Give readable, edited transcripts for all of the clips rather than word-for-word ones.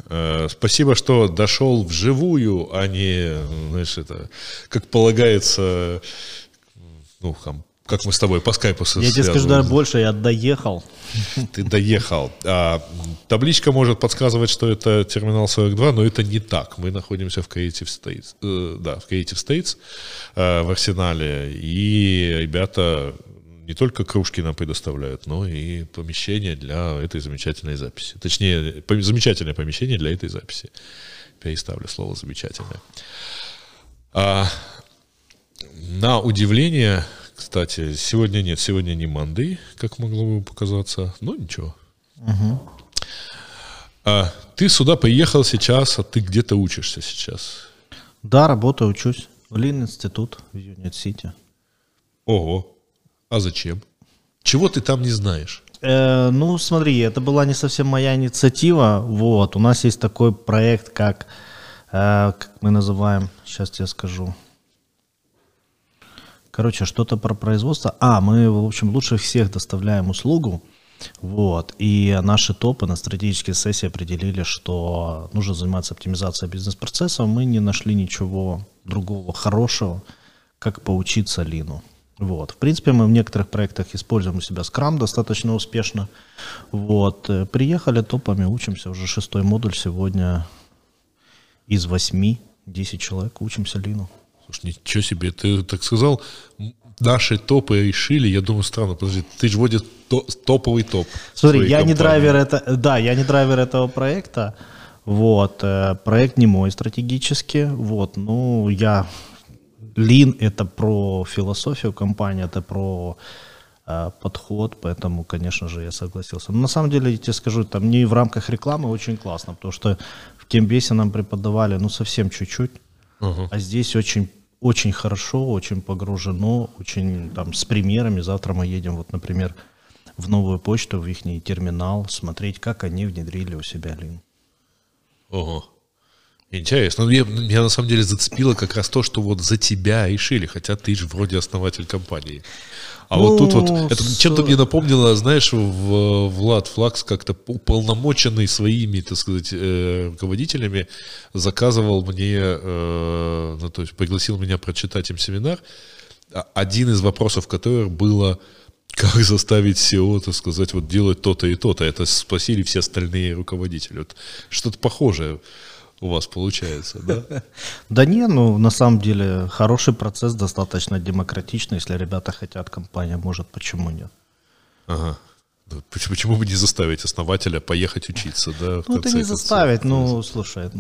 Спасибо, что дошел вживую, а не, знаешь, это, как полагается, ну, там, как мы с тобой по скайпу Я тебе скажу даже больше, я доехал. Ты доехал. Табличка может подсказывать, что это терминал 42, но это не так. Мы находимся в Creative States, в Creative States, в Арсенале, и ребята не только кружки нам предоставляют, но и помещение для этой замечательной записи. Точнее, замечательное помещение для этой записи. Переставлю слово «замечательное». На удивление, кстати, сегодня нет, сегодня не Monday, как могло бы показаться, но ничего. Угу. Ты сюда приехал сейчас, а ты где-то учишься сейчас? Да, работаю, учусь. В Lean-институт в Юнит-Сити. Ого. А зачем? Чего ты там не знаешь? Ну, смотри, это была не совсем моя инициатива. Вот. У нас есть такой проект, как мы называем, сейчас тебе скажу. Короче, что-то про производство. Мы, в общем, лучше всех доставляем услугу. Вот. И наши топы на стратегической сессии определили, что нужно заниматься оптимизацией бизнес-процессов. Мы не нашли ничего другого хорошего, как поучиться Лину. Вот. В принципе, мы в некоторых проектах используем у себя Scrum достаточно успешно. Вот. Приехали топами, учимся. Уже 6-й модуль сегодня из 8, 10 человек учимся Лину. Слушай, ничего себе, ты так сказал, наши топы решили, я думаю, странно, подожди, ты же вводишь топовый топ. Смотри, я не драйвер этого проекта. Вот. Проект не мой стратегически. Вот. Ну, Lean — это про философию компании, это про подход, поэтому, конечно же, я согласился. Но на самом деле, я тебе скажу, там не в рамках рекламы очень классно, потому что в Кембесе нам преподавали, совсем чуть-чуть, а здесь очень, очень хорошо, очень погружено, очень там с примерами. Завтра мы едем, вот, например, в новую почту, в их терминал, смотреть, как они внедрили у себя Lean. Ого. Интересно. Меня на самом деле зацепило как раз то, что вот за тебя решили, хотя ты же вроде основатель компании. Вот тут вот, это чем-то мне напомнило, знаешь, Влад Флакс как-то уполномоченный своими, так сказать, руководителями заказывал мне, то есть пригласил меня прочитать им семинар. Один из вопросов которых было, как заставить SEO, так сказать, вот делать то-то и то-то. Это спросили все остальные руководители. Вот что-то похожее у вас получается, да? Да не, на самом деле хороший процесс, достаточно демократичный. Если ребята хотят, компания может, почему нет? Ага. Почему бы не заставить основателя поехать учиться, да? Это не заставить, слушай,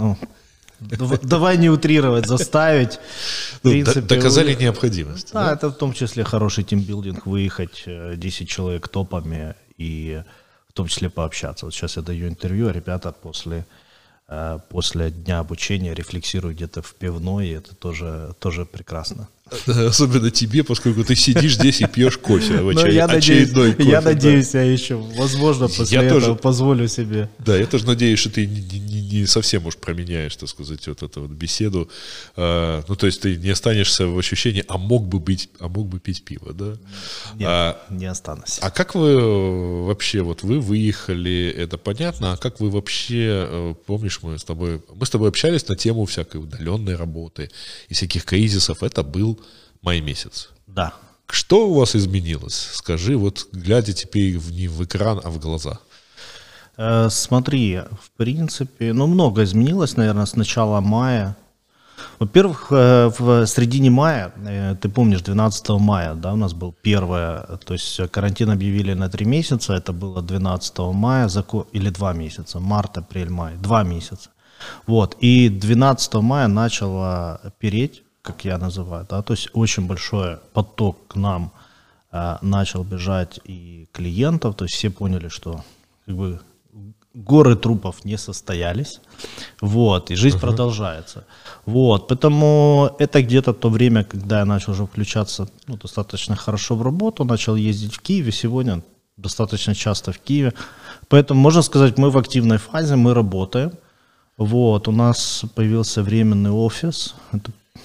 давай не утрировать, заставить. Доказали необходимость. Да, это в том числе хороший тимбилдинг, выехать 10 человек топами и в том числе пообщаться. Вот сейчас я даю интервью, а ребята после дня обучения рефлексирую где-то в пивной, и это тоже прекрасно. Особенно тебе, поскольку ты сидишь здесь и пьешь кофе. Очередной кофе. Я надеюсь, я еще, возможно, после этого позволю себе. Да, я тоже надеюсь, что ты не совсем уж променяешь, так сказать, вот эту вот беседу. То есть ты не останешься в ощущении, а мог бы пить пиво, да? Нет, не останусь. А как вы вообще, вот вы выехали, это понятно, а как вы вообще, помнишь, мы с тобой общались на тему всякой удаленной работы и всяких кризисов, это был май месяц. Да. Что у вас изменилось? Скажи, вот глядя теперь не в экран, а в глаза. Смотри, в принципе, много изменилось, наверное, с начала мая. Во-первых, в середине мая, ты помнишь, 12 мая, да, у нас был первое, то есть карантин объявили на 3 месяца, это было 12 мая, или 2 месяца, март, апрель, май, 2 месяца. Вот, и 12 мая начало переть, как я называю, да, то есть очень большой поток к нам начал бежать и клиентов, то есть все поняли, что как бы горы трупов не состоялись, вот, и жизнь продолжается, вот, поэтому это где-то то время, когда я начал уже включаться, достаточно хорошо в работу, начал ездить в Киеве, сегодня достаточно часто в Киеве, поэтому можно сказать, мы в активной фазе, мы работаем, вот, у нас появился временный офис, это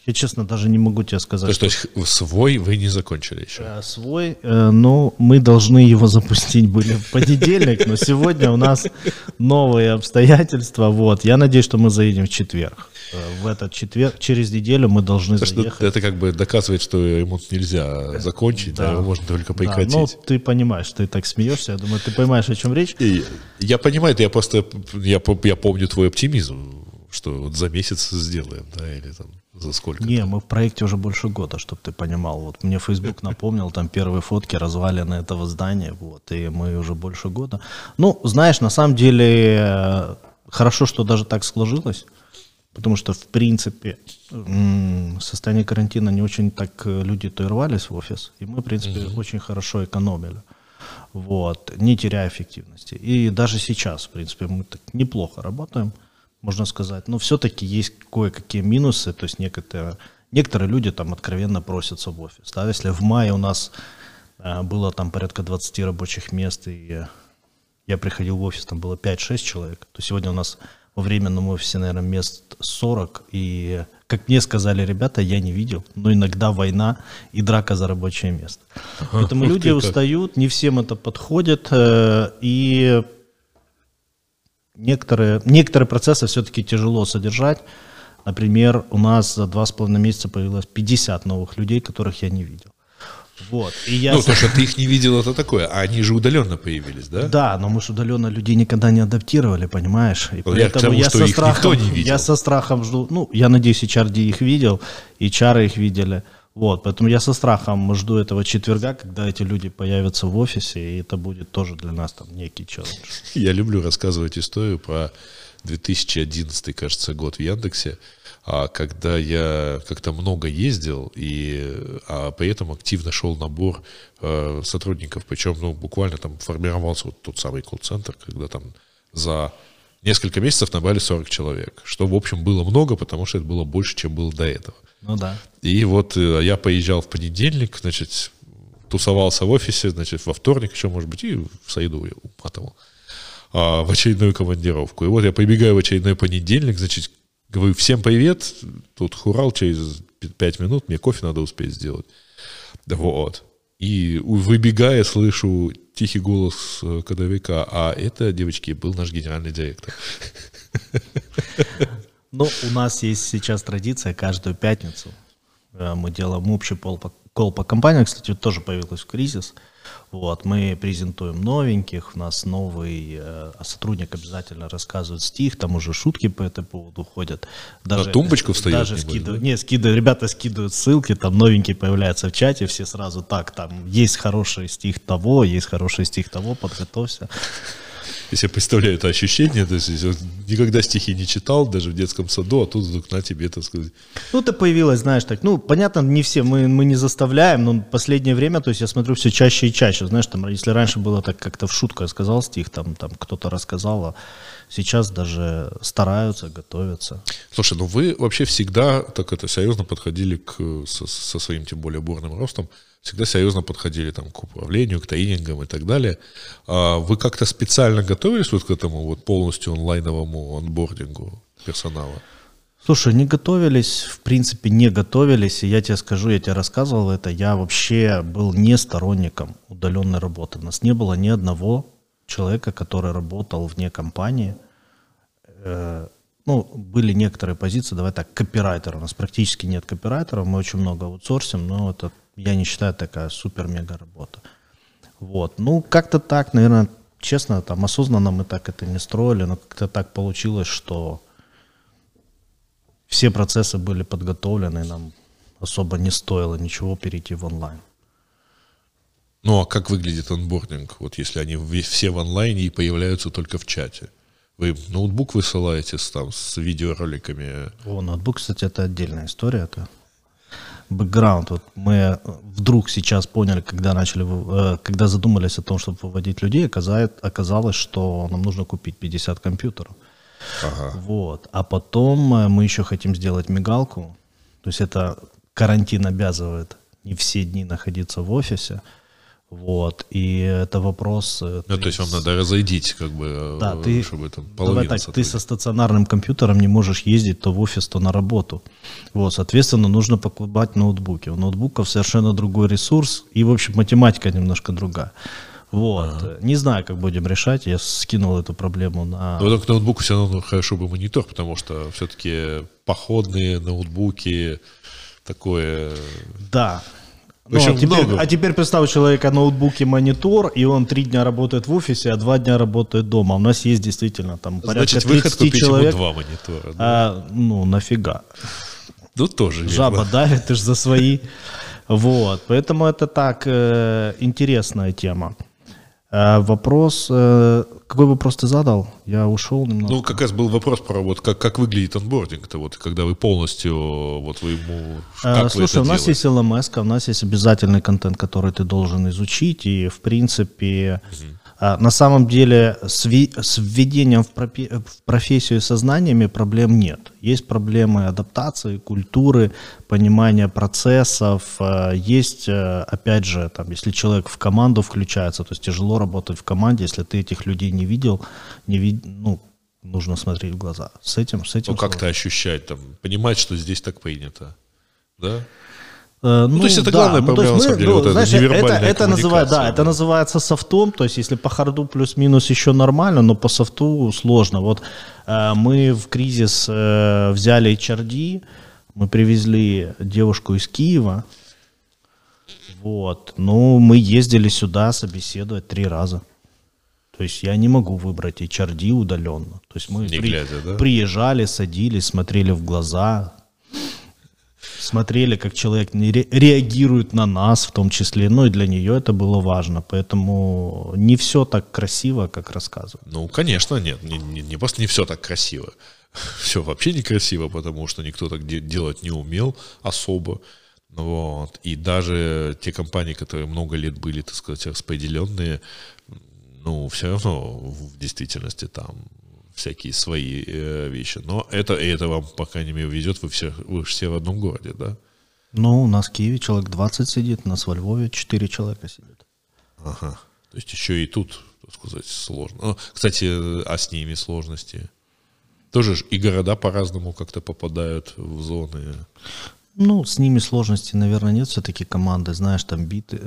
Я, честно, даже не могу тебе сказать. То есть свой вы не закончили еще? Свой, но мы должны его запустить были в понедельник, но сегодня у нас новые обстоятельства. Вот. Я надеюсь, что мы заедем в четверг. В этот четверг, через неделю мы должны заехать. Это как бы доказывает, что ремонт нельзя закончить, да, его можно только прекратить. Ну, ты понимаешь, ты так смеешься, я думаю, ты понимаешь, о чем речь. Я понимаю, я помню твой оптимизм, что вот за месяц сделаем, да, или там за сколько? Не, мы в проекте уже больше года, чтобы ты понимал. Вот мне Facebook напомнил, там первые фотки развалины этого здания, вот, и мы уже больше года. Ну, знаешь, на самом деле, хорошо, что даже так сложилось, потому что, в принципе, в состоянии карантина не очень так люди-то и рвались в офис, и мы, в принципе, очень хорошо экономили, вот, не теряя эффективности. И даже сейчас, в принципе, мы так неплохо работаем, можно сказать, но все-таки есть кое-какие минусы, то есть некоторые люди там откровенно просятся в офис. Да? Если в мае у нас было там порядка 20 рабочих мест, и я приходил в офис, там было 5-6 человек, то сегодня у нас во временном офисе, наверное, мест 40, и, как мне сказали ребята, я не видел, но иногда война и драка за рабочее место. Поэтому люди устают, не всем это подходит, и некоторые процессы все-таки тяжело содержать. Например, у нас за 2,5 месяца появилось 50 новых людей, которых я не видел. Вот. Ну, то, что ты их не видел, это такое. А они же удаленно появились, да? Да, но мы же удаленно людей никогда не адаптировали, понимаешь? И поэтому я со страхом, никто не видел. Я со страхом жду. Ну, я надеюсь, HRD их видел, HR их видели. Вот, поэтому я со страхом жду этого четверга, когда эти люди появятся в офисе, и это будет тоже для нас там некий челлендж. Я люблю рассказывать историю про 2011, кажется, год в Яндексе, когда я как-то много ездил, а при этом активно шел набор сотрудников, причем буквально там формировался вот тот самый колл-центр, когда там за несколько месяцев набрали 40 человек, что, в общем, было много, потому что это было больше, чем было до этого. Ну да. И вот я поезжал в понедельник, значит, тусовался в офисе, значит, во вторник еще, может быть, и в среду я уматывал в очередную командировку. И вот я прибегаю в очередной понедельник, значит, говорю, всем привет, тут хурал, через 5 минут, мне кофе надо успеть сделать. Вот. И выбегая, слышу тихий голос кадровика, а это, девочки, был наш генеральный директор. Ну, у нас есть сейчас традиция, каждую пятницу мы делаем общий колл по компаниям, кстати, тоже появилась в кризис. Вот, мы презентуем новеньких, у нас новый сотрудник обязательно рассказывает стих, там уже шутки по этому поводу ходят. Даже, на тумбочку встает? Даже скидывают, да? Ребята скидывают ссылки, там новенький появляется в чате, все сразу так, там есть хороший стих того, есть хороший стих того, подготовься. Если я представляю это ощущение, то есть никогда стихи не читал, даже в детском саду, а тут вдруг на тебе, так сказать. Ну, это появилось, знаешь, так, ну, понятно, не все, мы не заставляем, но в последнее время, то есть я смотрю все чаще и чаще, знаешь, там, если раньше было так как-то в шутку я сказал стих, там кто-то рассказал, а сейчас даже стараются, готовятся. Слушай, ну вы вообще всегда так серьезно подходили со своим, тем более, бурным ростом, всегда серьезно подходили там, к управлению, к тренингам и так далее. Вы как-то специально готовились вот к этому вот полностью онлайновому онбордингу персонала? Слушай, не готовились, в принципе, не готовились. И я тебе скажу, я тебе рассказывал это, я вообще был не сторонником удаленной работы. У нас не было ни одного человека, который работал вне компании. Ну, были некоторые позиции, давай так, копирайтера. У нас практически нет копирайтеров, мы очень много аутсорсим, но это, я не считаю, такая супер-мега работа. Вот, ну, как-то так, наверное, честно, там, осознанно мы так это не строили, но как-то так получилось, что все процессы были подготовлены, нам особо не стоило ничего перейти в онлайн. Ну, а как выглядит онбординг, вот если они все в онлайне и появляются только в чате? Вы ноутбук высылаете с видеороликами? О, ноутбук, кстати, это отдельная история. Это бэкграунд. Вот мы вдруг сейчас поняли, когда задумались о том, чтобы выводить людей, оказалось, что нам нужно купить 50 компьютеров. Ага. Вот. А потом мы еще хотим сделать мигалку. То есть это карантин обязывает не все дни находиться в офисе. Вот, и это вопрос... Ну, то есть вам надо разойдить, как бы, да, чтобы там давай так, ты со стационарным компьютером не можешь ездить то в офис, то на работу. Вот, соответственно, нужно покупать ноутбуки. У ноутбуков совершенно другой ресурс, и, в общем, математика немножко другая. Вот. Не знаю, как будем решать, я скинул эту проблему на... Но к ноутбуку все равно хорошо бы монитор, потому что все-таки походные ноутбуки, такое... Да. Ну, а теперь представь, у человека ноутбук и монитор, и он 3 дня работает в офисе, а 2 дня работает дома. У нас есть действительно там порядка 30 человек. Ему 2 монитора. Да? Ну, нафига. Ну, тоже Жаба верно. давит, ты ж за свои. Вот, поэтому это так, интересная тема. Вопрос, какой вопрос ты задал? Я ушел немного. Ну, как раз был вопрос про вот как выглядит онбординг-то, вот, когда вы полностью, вот вы ему, как Слушай, вы это у нас есть LMS, у нас есть обязательный контент, который ты должен изучить, и, в принципе, на самом деле с введением в профессию со знаниями проблем нет. Есть проблемы адаптации, культуры, понимания процессов. Есть, опять же, там, если человек в команду включается, то есть тяжело работать в команде, если ты этих людей не видел, ну, нужно смотреть в глаза. С этим ну, как-то ощущать, там, понимать, что здесь так принято, да? Ну, то есть это главная проблема, на самом деле, вот знаешь, это невербальная коммуникация. это называется софтом, то есть если по харду плюс-минус еще нормально, но по софту сложно. Вот мы в кризис взяли HRD, мы привезли девушку из Киева, вот, ну, мы ездили сюда собеседовать 3 раза. То есть я не могу выбрать HRD удаленно. То есть мы приезжали, садились, смотрели в глаза, смотрели, как человек реагирует на нас в том числе, ну и для нее это было важно, поэтому не все так красиво, как рассказывают. Ну, конечно, нет, не просто не все так красиво, все вообще некрасиво, потому что никто так делать не умел особо, вот, и даже те компании, которые много лет были, так сказать, распределенные, ну, все равно в действительности там всякие свои вещи. Но это вам, по крайней мере, везет, вы все в одном городе, да? Ну, у нас в Киеве человек 20 сидит, у нас во Львове 4 человека сидят. Ага. То есть еще и тут, так сказать, сложно. Ну, кстати, а с ними сложности? Тоже и города по-разному как-то попадают в зоны. Ну, с ними сложностей, наверное, нет. Все-таки команды, знаешь, там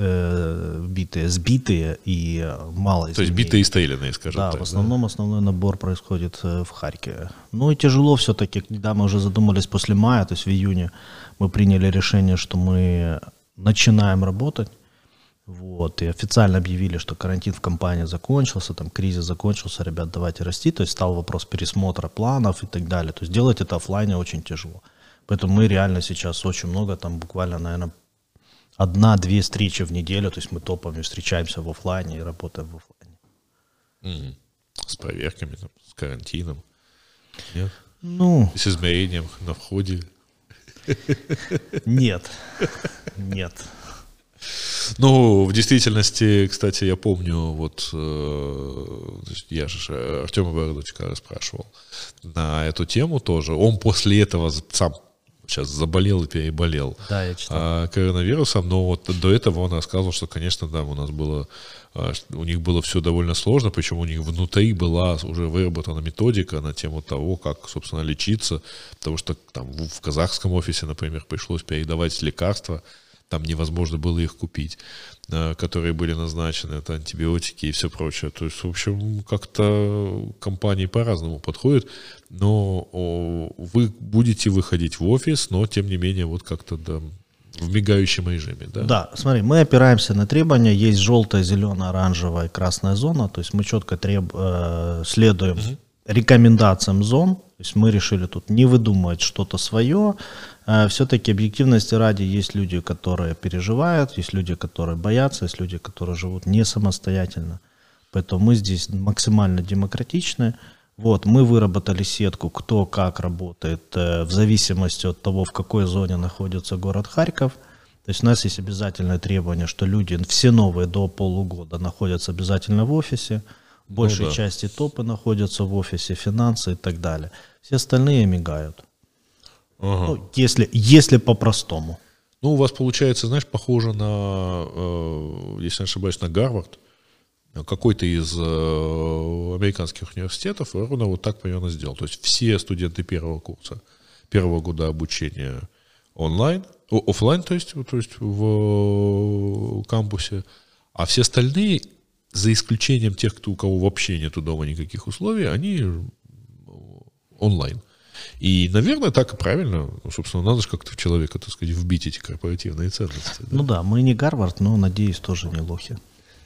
сбитые и мало изменений. То есть битые и стрелянные, скажем так. Да, в основном основной набор происходит в Харькове. Ну и тяжело все-таки, когда мы уже задумались после мая, то есть в июне, мы приняли решение, что мы начинаем работать. Вот, и официально объявили, что карантин в компании закончился, там кризис закончился, ребят, давайте расти. То есть стал вопрос пересмотра планов и так далее. То есть делать это офлайне очень тяжело. Поэтому мы реально сейчас очень много, там буквально, наверное, 1-2 встречи в неделю, то есть мы топами встречаемся в офлайне и работаем в офлайне. С проверками, там, с карантином. Нет? Ну, с измерением на входе. Нет. Ну, в действительности, кстати, я помню, вот я же Артема Бородочка расспрашивал на эту тему тоже. Он после этого сам сейчас заболел и переболел коронавирусом, но вот до этого он рассказывал, что, конечно, да, у них было все довольно сложно, причем у них внутри была уже выработана методика на тему того, как, собственно, лечиться, потому что там в казахском офисе, например, пришлось передавать лекарства, там невозможно было их купить, которые были назначены, это антибиотики и все прочее. То есть, в общем, как-то компании по-разному подходят, но вы будете выходить в офис, но, тем не менее, вот как-то да, в мигающем режиме. Да? Да, смотри, мы опираемся на требования, есть желтая, зеленая, оранжевая и красная зона, то есть мы четко следуем рекомендациям зон, то есть мы решили тут не выдумывать что-то свое. Все-таки объективности ради есть люди, которые переживают, есть люди, которые боятся, есть люди, которые живут не самостоятельно. Поэтому мы здесь максимально демократичны. Вот, мы выработали сетку, кто как работает, в зависимости от того, в какой зоне находится город Харьков. То есть у нас есть обязательное требование, что люди все новые до полугода находятся обязательно в офисе. Большей части топы находятся в офисе, финансы и так далее. Все остальные мигают. Ну, если по-простому. Ну, у вас получается, знаешь, похоже на, если не ошибаюсь, на Гарвард, какой-то из американских университетов ровно вот так примерно сделал. То есть все студенты первого курса, первого года обучения онлайн, офлайн, то есть в кампусе, а все остальные, за исключением тех, у кого вообще нету дома никаких условий, они онлайн. И, наверное, так и правильно. Собственно, надо же как-то в человека, так сказать, вбить эти корпоративные ценности. Да? Ну да, мы не Гарвард, но, надеюсь, тоже не лохи.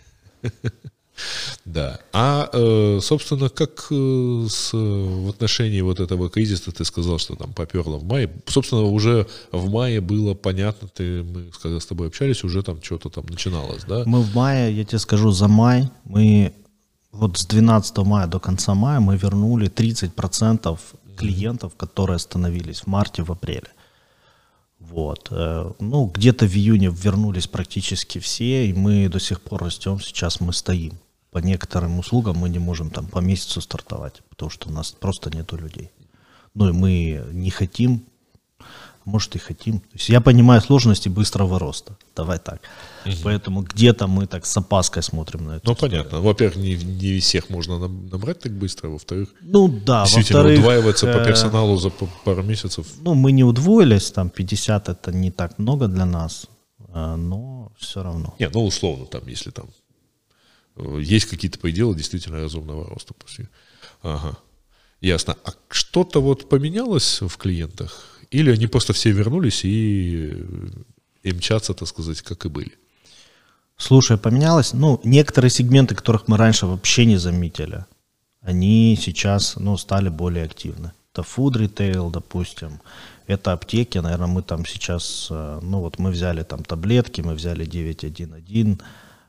Да. Собственно, как в отношении вот этого кризиса ты сказал, что там поперло в мае. Собственно, уже в мае было понятно, мы когда с тобой общались, уже там что-то там начиналось, да? Мы в мае, я тебе скажу, за май, мы вот с 12 мая до конца мая мы вернули 30% клиентов, которые остановились в марте, в апреле. Вот. Ну, где-то в июне вернулись практически все, и мы до сих пор растем, сейчас мы стоим. По некоторым услугам мы не можем там по месяцу стартовать, потому что у нас просто нету людей. Ну и мы не хотим, может и хотим. То есть я понимаю сложности быстрого роста, давай так. Поэтому где-то мы так с опаской смотрим на это. Ну, понятно. Во-первых, не всех можно набрать так быстро, во-вторых, ну да, действительно во-вторых, удваиваться по персоналу за пару месяцев. Ну, мы не удвоились, там 50 это не так много для нас, но все равно. Не, ну условно, там, если там есть какие-то пределы действительно разумного роста. Ага. Ясно. А что-то вот поменялось в клиентах? Или они просто все вернулись и мчатся, так сказать, как и были? Слушай, поменялось. Ну, некоторые сегменты, которых мы раньше вообще не заметили, они сейчас, ну, стали более активны. Это food retail, допустим, это аптеки, наверное, мы там сейчас, ну, вот мы взяли там таблетки, мы взяли 911,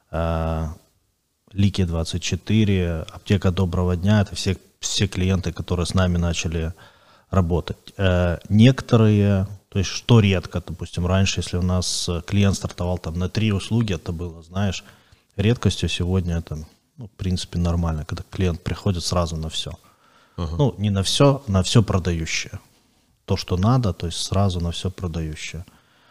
Лики 24, аптека Доброго дня, это все клиенты, которые с нами начали работать. Некоторые, то есть что редко, допустим, раньше, если у нас клиент стартовал там на 3 услуги, это было, знаешь, редкостью. Сегодня это, ну, в принципе, нормально, когда клиент приходит сразу на все. Ага. Ну, не на все продающее. То, что надо, то есть сразу на все продающее.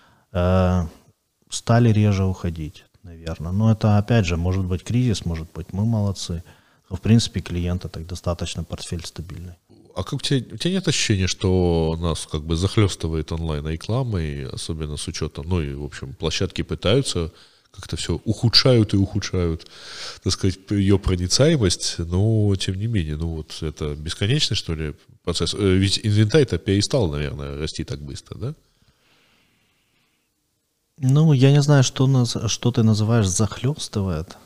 Стали реже уходить, наверное. Но это, опять же, может быть кризис, может быть мы молодцы. Но, в принципе, клиенты так достаточно, портфель стабильный. А как у тебя нет ощущения, что нас как бы захлестывает онлайн-рекламой, особенно с учетом, ну и, в общем, площадки пытаются как-то все ухудшают, так сказать, ее проницаемость, но, тем не менее, ну вот это бесконечный, что ли, процесс? Ведь инвентарь-то перестал, наверное, расти так быстро, да? Ну, я не знаю, что ты называешь захлестывает.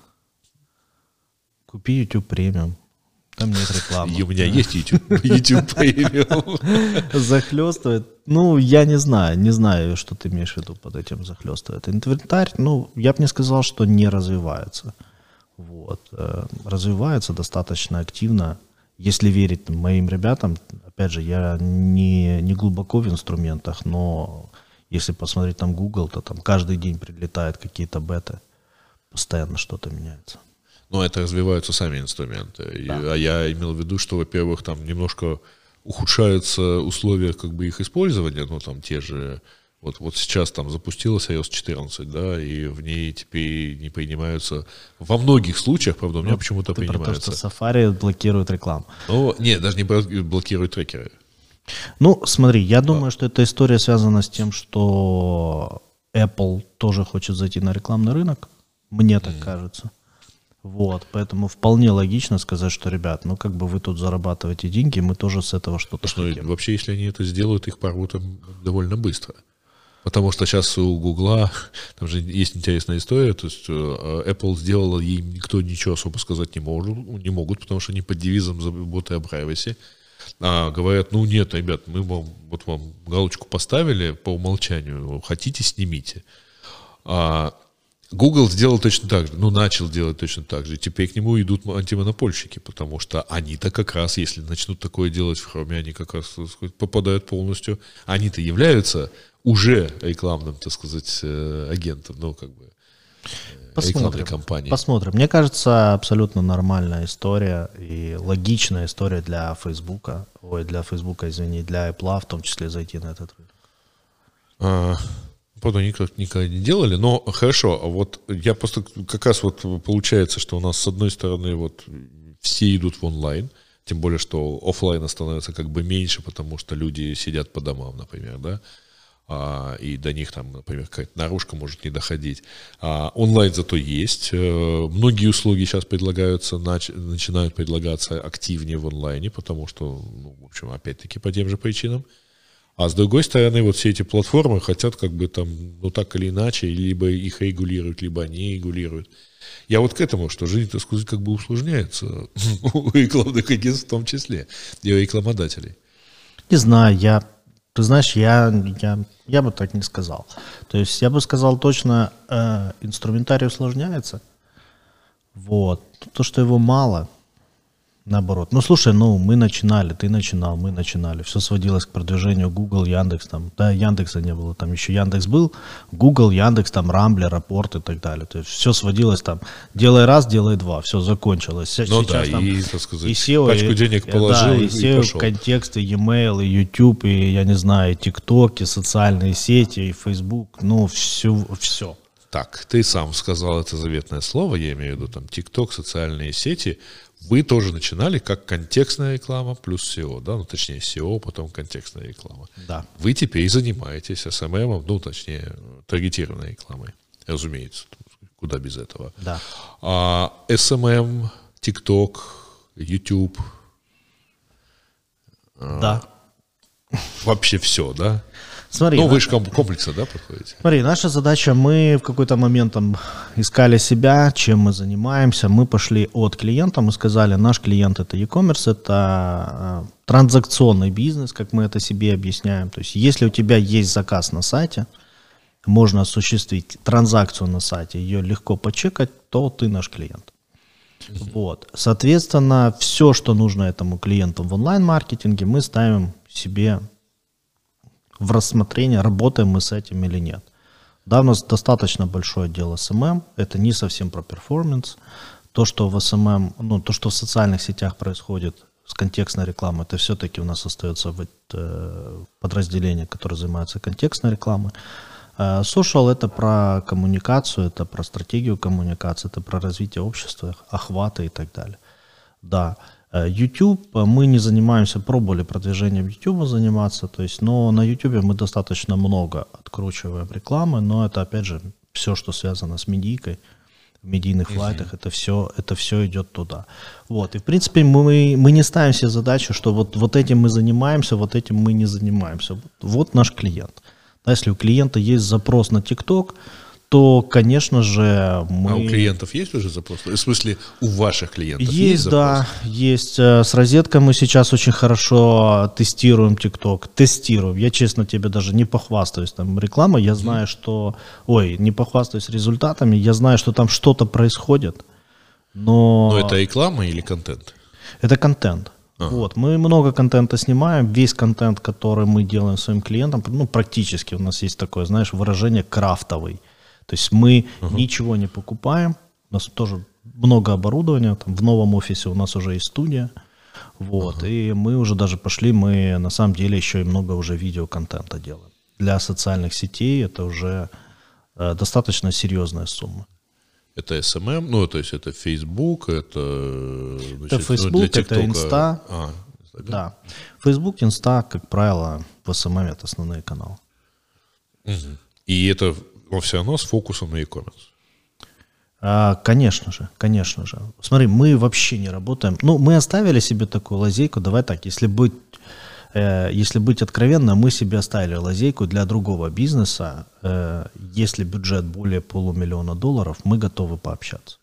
Купи YouTube премиум. Там нет рекламы. И у меня есть YouTube премиум. Захлестывает. Ну, я не знаю, что ты имеешь в виду под этим захлестывает. Инвентарь, ну, я бы не сказал, что не развивается. Вот. Развивается достаточно активно. Если верить моим ребятам, опять же, я не глубоко в инструментах, но если посмотреть там Google, то там каждый день прилетают какие-то беты. Постоянно что-то меняется. Но это развиваются сами инструменты. Да. А я имел в виду, что, во-первых, там немножко ухудшаются условия как бы их использования, ну, там те же, вот сейчас там запустилась iOS 14, да, и в ней теперь не принимаются, во многих случаях, правда, у меня почему-то принимаются. Про то, что Safari блокирует рекламу. Ну, нет, даже не блокирует трекеры. Ну, смотри, я думаю, что эта история связана с тем, что Apple тоже хочет зайти на рекламный рынок, мне так кажется. Вот, поэтому вполне логично сказать, что, ребят, ну как бы вы тут зарабатываете деньги, мы тоже с этого что-то хотим. Вообще, если они это сделают, их порвут довольно быстро. Потому что сейчас у Гугла, там же есть интересная история, то есть Apple сделала, ей никто ничего особо сказать не могут, потому что они под девизом заботы о privacy. Говорят, ну нет, ребят, мы вам галочку поставили по умолчанию, хотите, снимите. Google сделал точно так же, начал делать точно так же. И теперь к нему идут антимонопольщики, потому что они-то как раз, если начнут такое делать в Chrome, они как раз, так сказать, попадают полностью. Они-то являются уже рекламным, так сказать, агентом, рекламной компании. Посмотрим. Мне кажется, абсолютно нормальная история и логичная история для Фейсбука, для Apple, в том числе зайти на этот рынок. Правда, никогда не делали, но хорошо, а вот я просто как раз вот получается, что у нас с одной стороны вот все идут в онлайн, тем более, что офлайна становится как бы меньше, потому что люди сидят по домам, например, да, и до них там, например, какая-то наружка может не доходить. Онлайн зато есть. Многие услуги сейчас предлагаются, начинают предлагаться активнее в онлайне, потому что, ну, в общем, опять-таки по тем же причинам. А с другой стороны, вот все эти платформы хотят как бы там, ну так или иначе, либо их регулируют, либо они регулируют. Я вот к этому, что жизнь, так сказать, как бы усложняется у рекламных агентств в том числе, и у рекламодателей. Не знаю, ты знаешь, я бы так не сказал. То есть я бы сказал точно, инструментарий усложняется. Вот. То, что его мало, наоборот. Ну, слушай, мы начинали, ты начинал, мы начинали. Все сводилось к продвижению Google, Яндекс, там, да, Яндекса не было, там еще Яндекс был, Google, Яндекс, там, Рамблер, Рапорт и так далее. То есть все сводилось там, делай раз, делай два, все, закончилось. Ну сейчас, да, там, и, так сказать, и SEO, пачку денег положил, да, и SEO, пошел. контексты, e-mail, и YouTube, и, я не знаю, и TikTok, и социальные сети, и Facebook, ну, все. Так, ты сам сказал это заветное слово, я имею в виду там TikTok, социальные сети. Вы тоже начинали как контекстная реклама плюс SEO, да, ну точнее SEO, потом контекстная реклама. Да. Вы теперь занимаетесь SMM, ну точнее таргетированной рекламой, разумеется, куда без этого. Да. SMM, TikTok, YouTube. Да. Вообще все, да? Смотри, вы же комплексно, да, подходите? Смотри, наша задача, мы в какой-то момент там искали себя, чем мы занимаемся, мы пошли от клиента, мы сказали, наш клиент это e-commerce, это транзакционный бизнес, как мы это себе объясняем. То есть если у тебя есть заказ на сайте, можно осуществить транзакцию на сайте, ее легко почекать, то ты наш клиент. Вот. Соответственно, все, что нужно этому клиенту в онлайн-маркетинге, мы ставим себе в рассмотрение, работаем мы с этим или нет. Да, у нас достаточно большой отдел SMM, это не совсем про перформанс. То, что в SMM, то, что в социальных сетях происходит с контекстной рекламой, это все-таки у нас остается подразделение, которое занимается контекстной рекламой. Social — это про коммуникацию, это про стратегию коммуникации, это про развитие общества, охвата и так далее. Да. YouTube, мы не занимаемся, пробовали продвижением YouTube заниматься, то есть, но на YouTube мы достаточно много откручиваем рекламы, но это, опять же, все, что связано с медийкой, в медийных флайтах, это все идет туда. Вот, и, в принципе, мы не ставим себе задачу, что вот этим мы занимаемся, вот этим мы не занимаемся. Вот наш клиент. Да, если у клиента есть запрос на TikTok, то, конечно же, мы... А у клиентов есть уже запрос? В смысле, у ваших клиентов есть запрос? Да, есть. С розеткой мы сейчас очень хорошо тестируем TikTok. Тестируем. Я, честно, тебе даже не похвастаюсь там рекламой. Я знаю, что... не похвастаюсь результатами. Я знаю, что там что-то происходит, но... Но это реклама или контент? Это контент. Вот, мы много контента снимаем, весь контент, который мы делаем своим клиентам, практически у нас есть такое, знаешь, выражение крафтовый. То есть мы ничего не покупаем, у нас тоже много оборудования, там в новом офисе у нас уже есть студия, вот, и мы уже даже пошли, мы на самом деле еще и много уже видеоконтента делаем. Для социальных сетей это уже достаточно серьезная сумма. Это SMM, то есть это Facebook, это... Значит, это Facebook, это Инста. Да. Facebook, Инста, как правило, в SMM это основные каналы. И это все равно с фокусом на e-commerce? Конечно же. Смотри, мы вообще не работаем. Мы оставили себе такую лазейку, давай так, если быть откровенным, мы себе оставили лазейку для другого бизнеса. Если бюджет более $500 000, мы готовы пообщаться.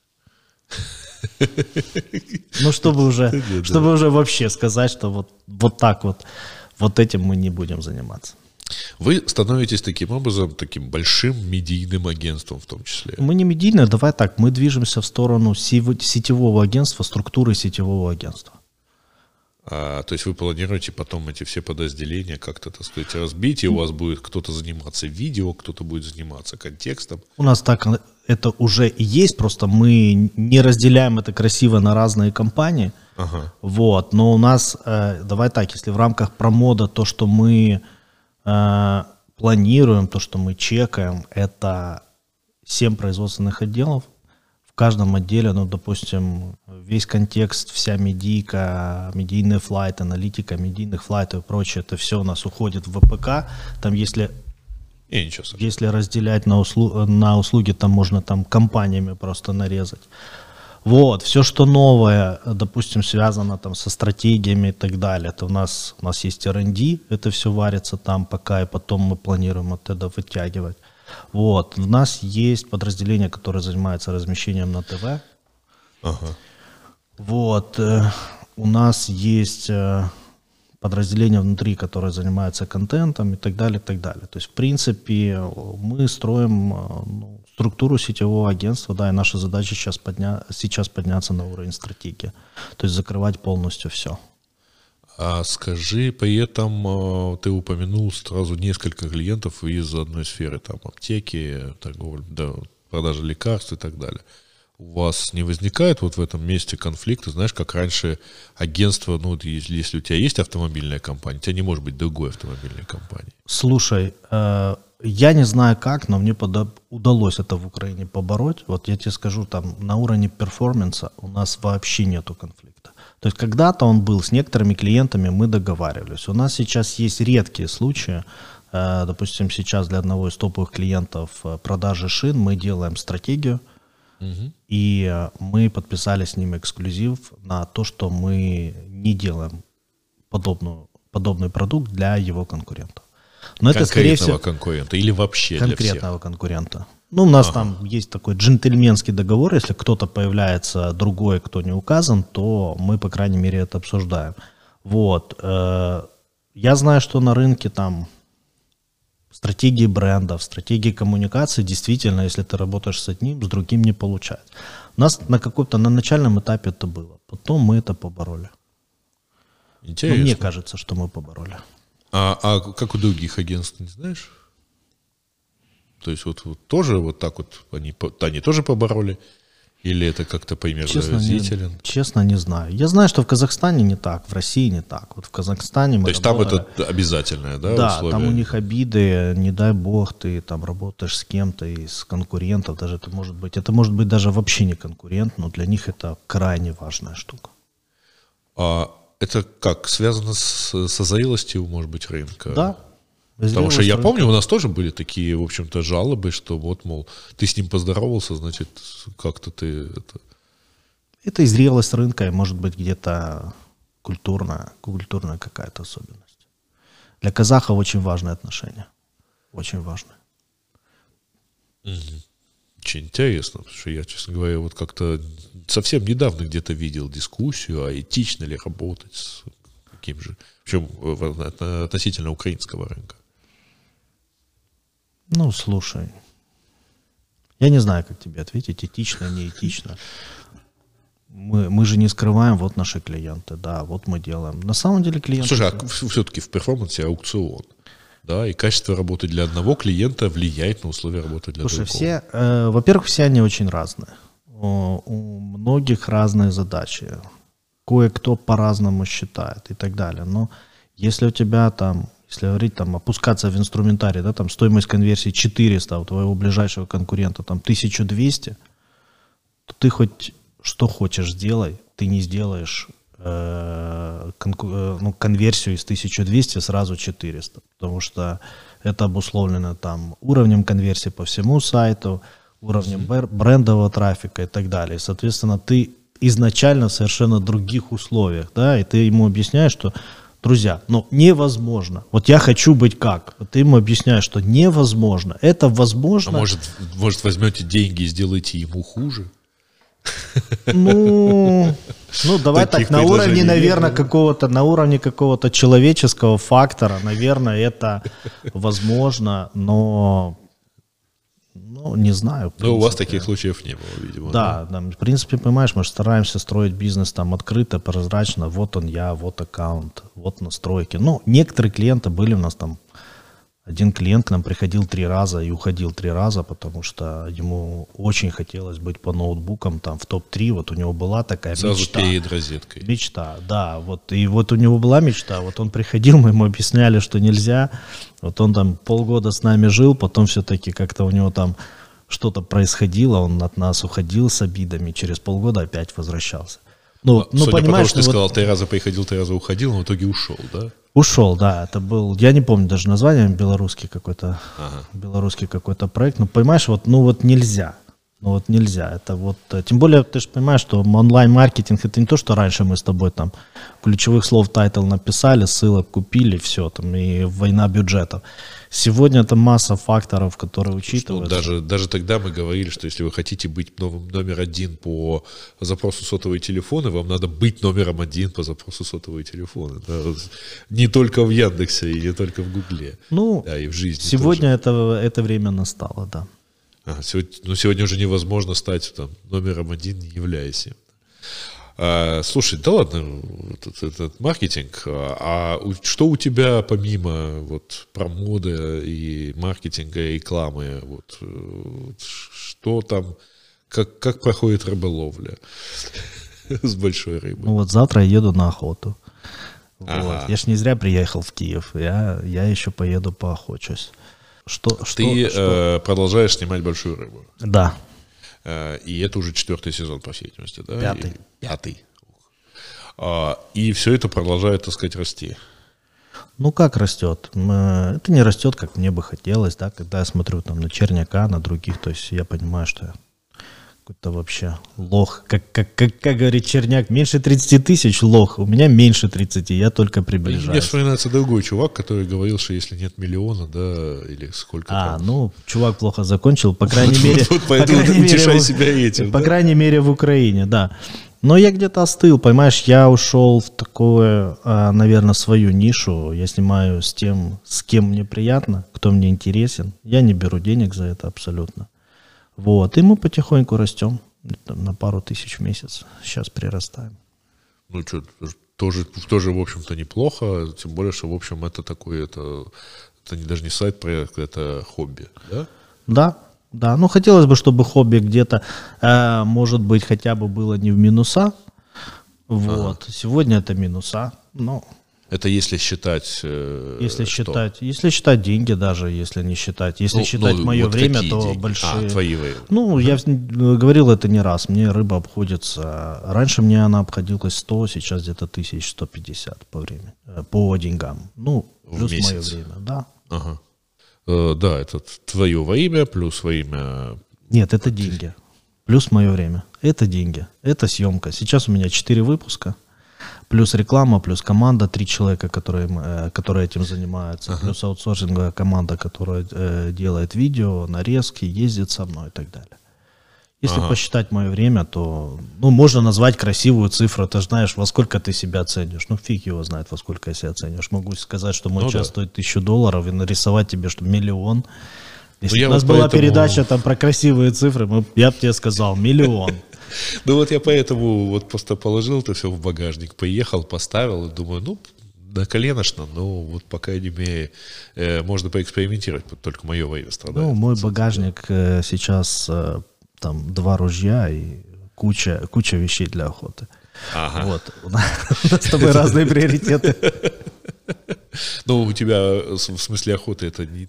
Чтобы уже вообще сказать, что вот так вот этим мы не будем заниматься. Вы становитесь таким образом таким большим медийным агентством в том числе. Мы не медийное, давай так, мы движемся в сторону сетевого агентства, структуры сетевого агентства. То есть вы планируете потом эти все подразделения как-то, так сказать, разбить, и у вас будет кто-то заниматься видео, кто-то будет заниматься контекстом? У нас так это уже и есть, просто мы не разделяем это красиво на разные компании. Вот, но у нас, давай так, если в рамках промода то, что мы планируем, то, что мы чекаем, это 7 производственных отделов. В каждом отделе, ну, допустим, весь контекст, вся медийка, медийные флайты, аналитика медийных флайтов и прочее, это все у нас уходит в ВПК. Там, если разделять на услуги, там можно там компаниями просто нарезать. Вот, все, что новое, допустим, связано там со стратегиями и так далее, это у нас есть R&D, это все варится там пока, и потом мы планируем оттуда вытягивать. Вот, у нас есть подразделение, которое занимается размещением на ТВ. Ага. Вот, у нас есть подразделение внутри, которое занимается контентом и так далее, и так далее. То есть, в принципе, мы строим структуру сетевого агентства, да, и наша задача сейчас подняться на уровень стратегии, то есть закрывать полностью все. А скажи, при этом ты упомянул сразу несколько клиентов из одной сферы, там аптеки, торговля, да, продажа лекарств и так далее. У вас не возникает вот в этом месте конфликта, знаешь, как раньше агентство, ну, если у тебя есть автомобильная компания, у тебя не может быть другой автомобильной компании. Слушай, я не знаю как, но мне удалось это в Украине побороть. Вот я тебе скажу, там на уровне перформанса у нас вообще нету конфликта. То есть когда-то он был, с некоторыми клиентами мы договаривались. У нас сейчас есть редкие случаи. Допустим, сейчас для одного из топовых клиентов продажи шин мы делаем стратегию. И мы подписали с ним эксклюзив на то, что мы не делаем подобный продукт для его конкурентов. Но это, скорее всего, конкурента или вообще конкретного для всех? Конкурента. Ну, у нас там есть такой джентльменский договор, если кто-то появляется другой, кто не указан, то мы, по крайней мере, это обсуждаем. Вот. Я знаю, что на рынке там стратегии брендов, стратегии коммуникации, действительно, если ты работаешь с одним, с другим не получается. У нас на начальном этапе это было. Потом мы это побороли. Интересно. Мне кажется, что мы побороли. А как у других агентств, не знаешь? То есть вот тоже вот так вот они тоже побороли? Или это как-то пример заразителен? Честно, не знаю. Я знаю, что в Казахстане не так, в России не так. Вот в Казахстане мы То есть работали... там это обязательное, да, да, условие? Там у них обиды, не дай бог, ты там работаешь с кем-то из конкурентов, даже это может быть даже вообще не конкурент, но для них это крайне важная штука. А это как, связано с зрелостью, может быть, рынка? Да. Потому что я помню, у нас тоже были такие, в общем-то, жалобы, что вот, мол, ты с ним поздоровался, значит, как-то ты это... Это и зрелость рынка, и может быть где-то культурная какая-то особенность. Для казахов очень важное отношение. Очень важное. Очень интересно, потому что я, честно говоря, вот как-то совсем недавно где-то видел дискуссию, а этично ли работать с каким же, причем относительно украинского рынка. Ну, слушай, я не знаю, как тебе ответить, этично, не этично. Мы же не скрываем, вот наши клиенты, да, вот мы делаем. На самом деле клиенты... Слушай, а все-таки в перформансе аукцион, да, и качество работы для одного клиента влияет на условия работы для другого. Слушай, во-первых, все они очень разные. У многих разные задачи. Кое-кто по-разному считает и так далее. Но если у тебя там, если говорить там, опускаться в инструментарий, да, там стоимость конверсии 400, а у твоего ближайшего конкурента там 1200, то ты хоть что хочешь сделай, ты не сделаешь конверсию из 1200 сразу 400, потому что это обусловлено там уровнем конверсии по всему сайту, уровнем брендового трафика и так далее. И, соответственно, ты изначально в совершенно других условиях, да, и ты ему объясняешь, что, друзья, невозможно. Вот я хочу быть как. Вот ты ему объясняешь, что невозможно. Это возможно. А может возьмете деньги и сделаете ему хуже? Давай так, на уровне, наверное, на уровне какого-то человеческого фактора, наверное, это возможно, но не знаю. Но у вас таких случаев не было, видимо. Да, в принципе, понимаешь, мы же стараемся строить бизнес там открыто, прозрачно. Вот он я, вот аккаунт, вот настройки. Некоторые клиенты были у нас там Один клиент к нам приходил 3 раза и уходил 3 раза, потому что ему очень хотелось быть по ноутбукам там в топ-3. Вот у него была такая Сразу мечта. перед розеткой. Мечта, да. Вот, и вот у него была мечта. Вот он приходил, мы ему объясняли, что нельзя. Вот он там полгода с нами жил, потом все-таки как-то у него там что-то происходило, он от нас уходил с обидами, через полгода опять возвращался. Ну, Судя понимаешь, по тому, что ты сказал, 3 раза приходил, 3 раза уходил, но в итоге ушел, да? Ушел, да, это был, я не помню даже название, белорусский какой-то проект, но понимаешь, вот нельзя, это вот, тем более ты же понимаешь, что онлайн-маркетинг это не то, что раньше мы с тобой там ключевых слов тайтл написали, ссылок купили, все, там, и война бюджетов. Сегодня это масса факторов, которые учитываются. Даже тогда мы говорили, что если вы хотите быть номер 1 по запросу сотовые телефоны, вам надо быть номером 1 по запросу сотовые телефоны. Да? Не только в Яндексе и не только в Гугле. Ну, да, и в жизни сегодня это время настало, да. Сегодня уже невозможно стать там, номером 1, не являясь им. Слушай, да ладно, этот маркетинг, что у тебя помимо вот промода и маркетинга, и рекламы, вот, что там, как проходит рыболовля с большой рыбой? Ну вот завтра я еду на охоту. Вот. Я ж не зря приехал в Киев, я еще поеду поохочусь. Ты продолжаешь снимать большую рыбу? Да. И это уже 4-й сезон, по всей видимости, да? 5-й. 5-й. И все это продолжает, так сказать, расти. Ну, как растет? Это не растет, как мне бы хотелось, да, когда я смотрю там на Черняка, на других, то есть я понимаю, что я какой-то вообще лох. Как говорит Черняк, меньше 30 тысяч лох, у меня меньше 30, я только приближаюсь. Мне вспоминается другой чувак, который говорил, что если нет миллиона, да, или сколько там. Ну, чувак плохо закончил, по крайней мере. Поэтому утешай себя этим. По крайней мере, в Украине, да. Но я где-то остыл, понимаешь, я ушел в такое, наверное, свою нишу. Я снимаю с тем, с кем мне приятно, кто мне интересен. Я не беру денег за это абсолютно. Вот, и мы потихоньку растем, там, на пару тысяч в месяц. Сейчас прирастаем. Ну, что, тоже, в общем-то, неплохо. Тем более, что, в общем, это такой, это даже не сайт-проект, это хобби, да? Да. Ну, хотелось бы, чтобы хобби где-то, может быть, хотя бы было не в минуса. Вот. Сегодня это минуса, но... Это если считать... Если считать деньги даже, если не считать. Если считать мое вот время, то деньги? Большие... твои время. Ну, я говорил это не раз. Мне рыба обходится... Раньше мне она обходилась 100, сейчас где-то 1150 по времени. По деньгам. Ну, плюс мое время, да. Ага. Да, это твое время плюс время... Нет, это деньги. Плюс мое время. Это деньги. Это съемка. Сейчас у меня 4 выпуска. Плюс реклама, плюс команда, 3 человека, которые этим занимаются. Плюс аутсорсинговая команда, которая делает видео, нарезки, ездит со мной и так далее. Если посчитать мое время, то можно назвать красивую цифру. Ты знаешь, во сколько ты себя ценишь. Ну, фиг его знает, во сколько я себя ценишь. Могу сказать, что мой час стоит $1000 и нарисовать тебе, что 1 000 000. Если у нас была передача там про красивые цифры, я бы тебе сказал 1 000 000. Ну вот я поэтому вот просто положил это все в багажник, поехал, поставил и думаю, на коленошно, но вот по крайней мере можно поэкспериментировать, только мое время страдает. Ну, мой багажник сейчас там 2 ружья и куча вещей для охоты. Вот. У нас с тобой разные приоритеты. Ну, у тебя, в смысле охоты, это не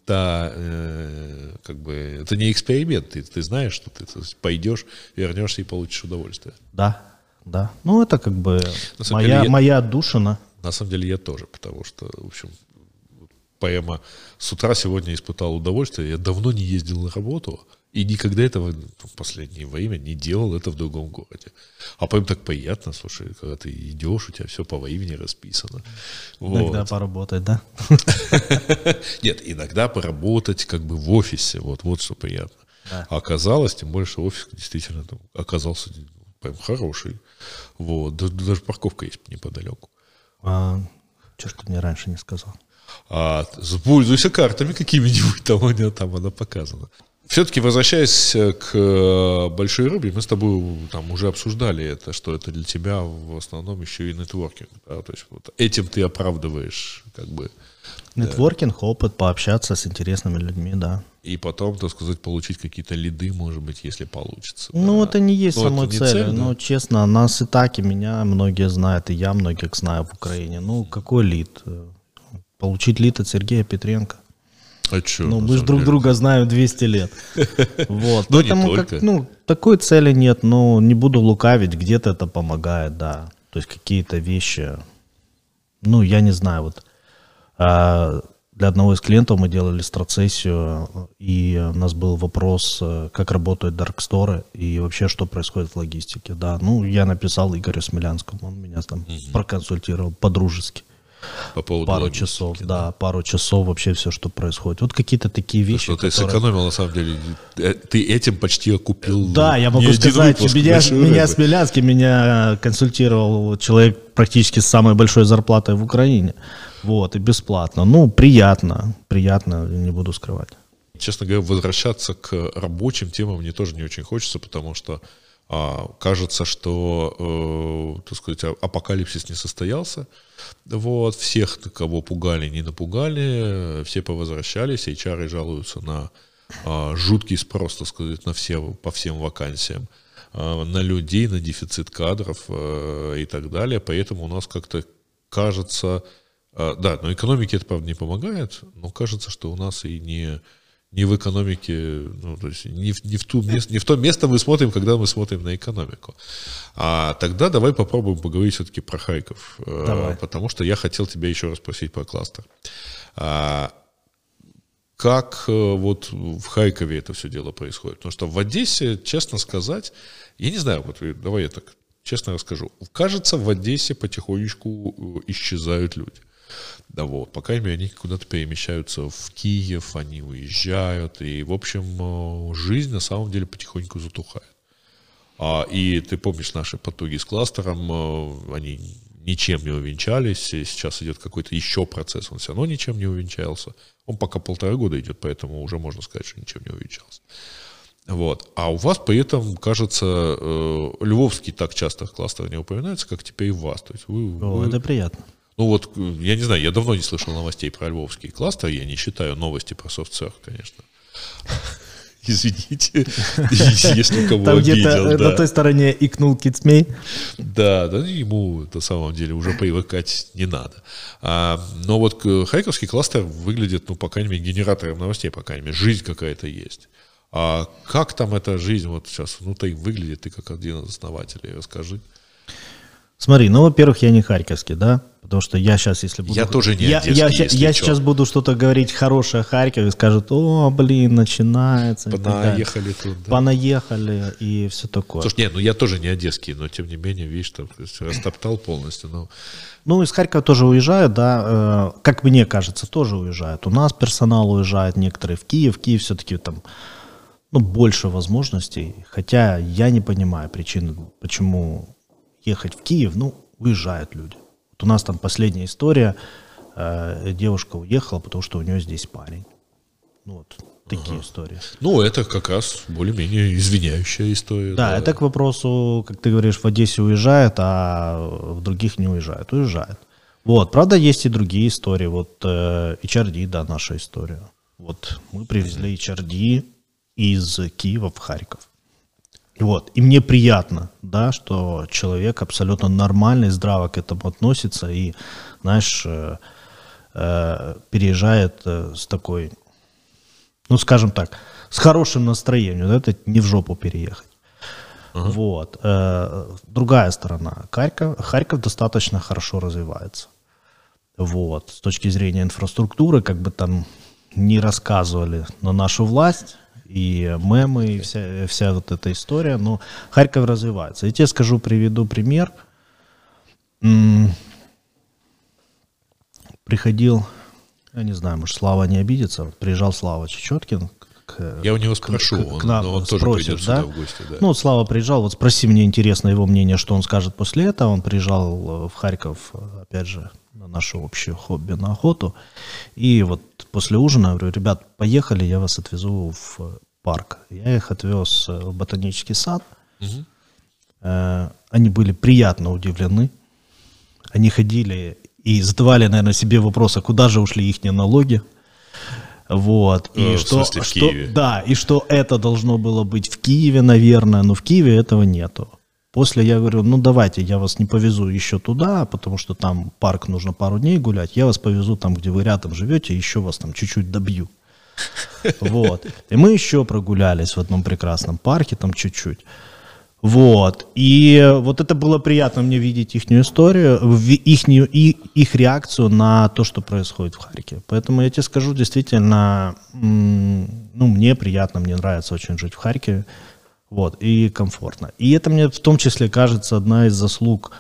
это не эксперимент. Ты знаешь, что ты пойдешь, вернешься и получишь удовольствие. Да. Ну, это моя отдушина. На самом деле я тоже, потому что, в общем, прямо с утра сегодня испытал удовольствие. Я давно не ездил на работу. И никогда этого в последнее время не делал это в другом городе. А потом так приятно, слушай, когда ты идешь, у тебя все по времени расписано. Иногда поработать, да? Нет, иногда поработать в офисе, вот что приятно. Да. А оказалось, тем более, что офис действительно оказался прям хороший. Вот, даже парковка есть неподалеку. Что ж ты мне раньше не сказал? Пользуйся картами какими-нибудь, там она показана. Все-таки возвращаясь к большой рыбе, мы с тобой там уже обсуждали это, что это для тебя в основном еще и нетворкинг. Да? То есть вот этим ты оправдываешь как бы... Нетворкинг, опыт, пообщаться с интересными людьми, да. И потом, так сказать, получить какие-то лиды, может быть, если получится. Ну, да. это не есть самой это не целью. цель, да? Ну, честно, нас и так, и меня многие знают, и я многих знаю в Украине. Ну, какой лид? Получить лид от Сергея Петренко. А что? Ну, мы же друг друга знаем 200 лет. Вот. Ну, не Поэтому, только. такой цели нет, но не буду лукавить, где-то это помогает, да. То есть какие-то вещи, ну, я не знаю, вот для одного из клиентов мы делали страцессию, и у нас был вопрос, как работают дарксторы и вообще, что происходит в логистике. Да, ну, я написал Игорю Смелянскому, он меня там проконсультировал по-дружески. По поводу Пару логистики, часов, да, пару часов вообще все, что происходит. Вот какие-то такие вещи, что ты сэкономил, на самом деле. Ты этим почти окупил. Да, я могу сказать, меня Смелянский меня консультировал человек практически с самой большой зарплатой в Украине. Вот, и бесплатно. Ну, приятно, не буду скрывать. Честно говоря, возвращаться к рабочим темам мне тоже не очень хочется, потому что кажется, что, так сказать, апокалипсис не состоялся. Вот, всех, кого пугали, не напугали, все повозвращались, HR жалуются на жуткий спрос, так сказать, по всем вакансиям, на людей, на дефицит кадров и так далее. Поэтому у нас как-то кажется, да, но экономике это, правда, не помогает, но кажется, что у нас и не в экономике, ну, то есть не в то место мы смотрим, когда мы смотрим на экономику. А тогда давай попробуем поговорить все-таки про Харьков. Давай. Потому что я хотел тебя еще раз спросить про кластер. Как вот в Харькове это все дело происходит? Потому что в Одессе, честно сказать, я не знаю, вот давай я так честно расскажу. Кажется, в Одессе потихонечку исчезают люди. Да вот, по крайней мере, они куда-то перемещаются в Киев, они уезжают, и, в общем, жизнь на самом деле потихоньку затухает. И ты помнишь наши потуги с кластером, они ничем не увенчались, и сейчас идет какой-то еще процесс, он все равно ничем не увенчался. Он пока 1,5 года идет, поэтому уже можно сказать, что ничем не увенчался. Вот. А у вас при этом, кажется, Львовский так часто кластер не упоминается, как теперь у вас. То есть Это приятно. Ну вот, я не знаю, я давно не слышал новостей про Львовский кластер, я не считаю новости про SoftServe, конечно. Извините, если кого там обидел. Там где-то на той стороне икнул Кицмей. Да, ему на самом деле уже привыкать не надо. Но вот Харьковский кластер выглядит, ну, по крайней мере, генератором новостей, по крайней мере, жизнь какая-то есть. А как там эта жизнь вот сейчас внутри выглядит, ты как один из основателей, расскажи. Смотри, ну, во-первых, я не харьковский, да, потому что я сейчас, если буду... Я тоже не одесский, я сейчас буду что-то говорить хорошее о Харькове, скажут, о, блин, начинается. Понаехали тут, да. Понаехали и все такое. Слушай, нет, ну я тоже не одесский, но тем не менее, видишь, там растоптал полностью. Но... Ну, из Харькова тоже уезжают, да, как мне кажется, тоже уезжают. У нас персонал уезжает, некоторые в Киев все-таки там, ну, больше возможностей, хотя я не понимаю причины, почему... ехать в Киев, ну, уезжают люди. Вот у нас там последняя история, девушка уехала, потому что у нее здесь парень. Ну, вот такие истории. Ну, это как раз более-менее извиняющая история. Да, это к вопросу, как ты говоришь, в Одессе уезжают, а в других не уезжают. Уезжают. Вот, правда, есть и другие истории. Вот HRD, да, наша история. Вот мы привезли HRD из Киева в Харьков. Вот. И мне приятно, да, что человек абсолютно нормальный, здраво к этому относится и, знаешь, переезжает с такой, ну, скажем так, с хорошим настроением, да, это не в жопу переехать. Вот. Другая сторона. Харьков достаточно хорошо развивается. Вот. С точки зрения инфраструктуры, как бы там не рассказывали на нашу власть, и мемы, и вся вот эта история, но Харьков развивается. Я тебе скажу, приведу пример. Приходил, я не знаю, может, Слава не обидится, приезжал Слава Чечеткин. Я у него спрошу, он тоже придет сюда в гости. Да? Ну, вот Слава приезжал, вот спроси, мне интересно его мнение, что он скажет после этого. Он приезжал в Харьков, опять же, на наше общее хобби, на охоту. И вот после ужина я говорю, ребят, поехали, я вас отвезу в парк. Я их отвез в ботанический сад. Они были приятно удивлены. Они ходили и задавали, наверное, себе вопрос, а куда же ушли их налоги? Вот. И в смысле, в Киеве? Да, и что это должно было быть в Киеве, наверное, но в Киеве этого нету. После я говорю, ну давайте, я вас не повезу еще туда, потому что там парк нужно пару дней гулять, я вас повезу там, где вы рядом живете, еще вас там чуть-чуть добью. Вот. И мы еще прогулялись в одном прекрасном парке, там чуть-чуть. Вот. И вот это было приятно мне видеть их историю, их реакцию на то, что происходит в Харькове. Поэтому я тебе скажу, действительно, ну, мне приятно, мне нравится очень жить в Харькове. Вот, и комфортно. И это мне в том числе кажется одна из заслуг,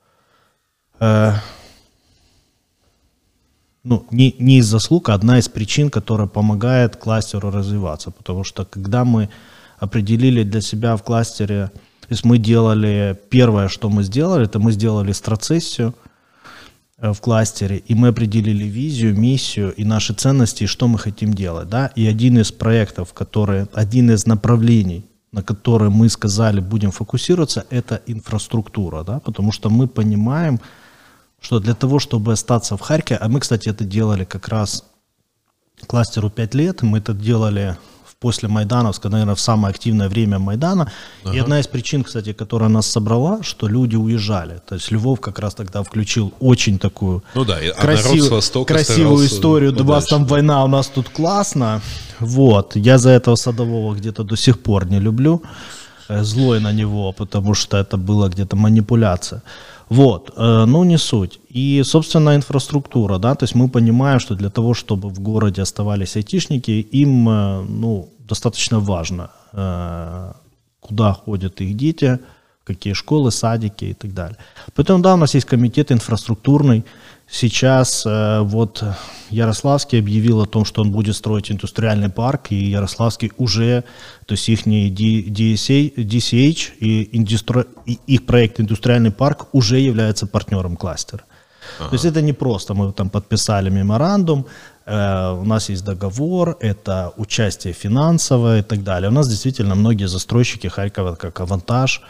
ну, не из заслуг, а одна из причин, которая помогает кластеру развиваться. Потому что когда мы определили для себя в кластере, то есть мы делали, первое, что мы сделали, это мы сделали страцессию в кластере, и мы определили визию, миссию и наши ценности, и что мы хотим делать. Да? И один из проектов, один из направлений, на которые мы сказали, будем фокусироваться, это инфраструктура, да, потому что мы понимаем, что для того, чтобы остаться в Харькове, а мы, кстати, это делали как раз кластеру 5 лет, мы это делали после Майдановска, наверное, в самое активное время Майдана, и одна из причин, кстати, которая нас собрала, что люди уезжали, то есть Львов как раз тогда включил очень такую красивую историю, у вас там война, у нас тут классно, вот, я за этого Садового где-то до сих пор не люблю, злой на него, потому что это была где-то манипуляция. Вот, ну не суть. И, собственно, инфраструктура, да, то есть мы понимаем, что для того, чтобы в городе оставались айтишники, им, ну, достаточно важно, куда ходят их дети, какие школы, садики и так далее. Поэтому, да, у нас есть комитет инфраструктурный. Сейчас вот Ярославский объявил о том, что он будет строить индустриальный парк, и Ярославский уже, то есть их DCH и их проект «Индустриальный парк» уже является партнером кластера. То есть это не просто мы там подписали меморандум, у нас есть договор, это участие финансовое и так далее. У нас действительно многие застройщики Харькова, как «Авантаж»,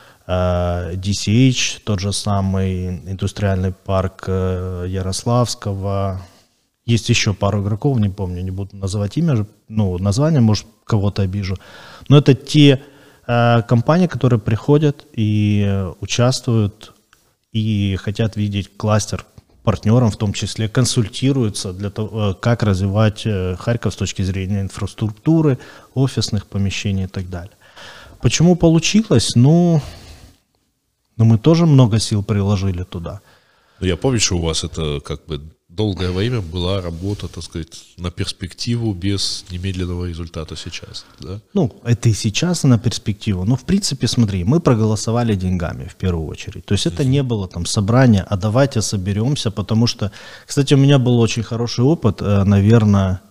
DCH, тот же самый индустриальный парк Ярославского. Есть еще пару игроков, не помню, не буду называть имя, ну, название, может, кого-то обижу. Но это те компании, которые приходят и участвуют, и хотят видеть кластер партнером, в том числе консультируются для того, как развивать Харьков с точки зрения инфраструктуры, офисных помещений и так далее. Почему получилось? Ну, мы тоже много сил приложили туда. Ну, я помню, что у вас это как бы долгое время была работа, так сказать, на перспективу без немедленного результата сейчас, да? Ну, это и сейчас на перспективу. Но, в принципе, смотри, мы проголосовали деньгами в первую очередь. То есть это не было там собрание, а давайте соберемся, потому что, кстати, у меня был очень хороший опыт, наверное,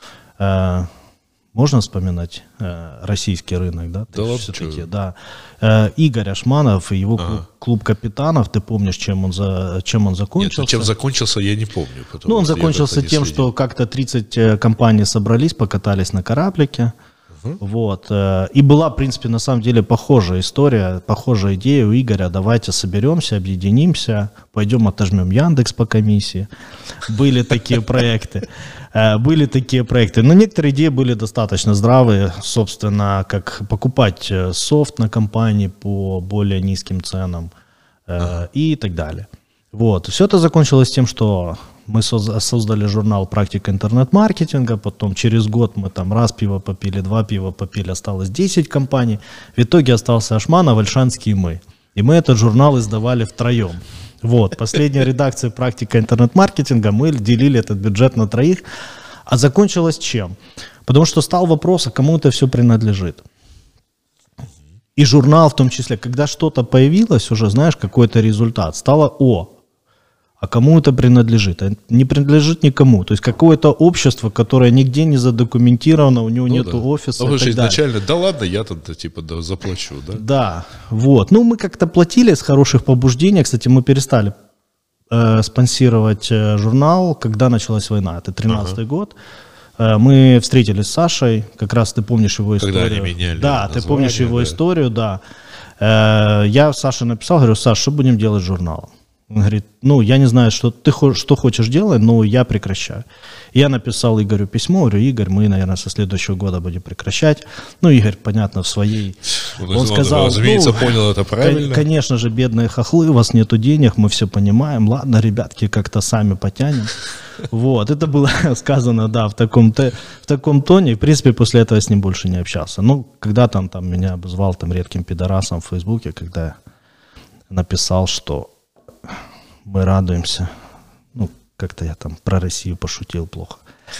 можно вспоминать российский рынок, да? Да, все-таки, да. Игорь Ашманов и его клуб капитанов, ты помнишь, чем он закончился? Нет, чем закончился, я не помню. Ну, он закончился тем, что как-то 30 компаний собрались, покатались на кораблике. Вот. И была, в принципе, на самом деле похожая история, похожая идея у Игоря. Давайте соберемся, объединимся, пойдем отожмем Яндекс по комиссии. Были такие проекты. Но некоторые идеи были достаточно здравые, собственно, как покупать софт на компании по более низким ценам и так далее. Вот. Все это закончилось тем, что мы создали журнал «Практика интернет-маркетинга», потом через год мы там раз пиво попили, 2 пива попили, осталось 10 компаний. В итоге остался Ашманов, Ольшанский и мы. И мы этот журнал издавали втроем. Вот, последняя редакция «Практика интернет-маркетинга», мы делили этот бюджет на 3. А закончилось чем? Потому что стал вопрос, а кому это все принадлежит. И журнал в том числе, когда что-то появилось, уже знаешь, какой-то результат, стало а кому это принадлежит? А не принадлежит никому. То есть какое-то общество, которое нигде не задокументировано, у него нету офиса. Ну, потому изначально, да ладно, я там типа заплачу, да? Да, вот. Ну, мы как-то платили с хороших побуждений. Кстати, мы перестали спонсировать журнал, когда началась война. Это 13-й год. Мы встретились с Сашей, как раз ты помнишь его историю. Когда они меняли Да, ты помнишь его да. историю, да. Я Саше написал, говорю, Саш, что будем делать с журналом? Он говорит, ну, я не знаю, что ты что хочешь делать, но я прекращаю. Я написал Игорю письмо, говорю, Игорь, мы, наверное, со следующего года будем прекращать. Ну, Игорь, понятно, в своей... Он сказал, разумеется, понял это правильно. Конечно же, бедные хохлы, у вас нету денег, мы все понимаем. Ладно, ребятки, как-то сами потянем. Вот, это было сказано, да, в таком тоне. В принципе, после этого я с ним больше не общался. Ну, когда там меня обозвал там редким пидорасом в Фейсбуке, когда я написал, что мы радуемся. Ну, как-то я там про Россию пошутил плохо.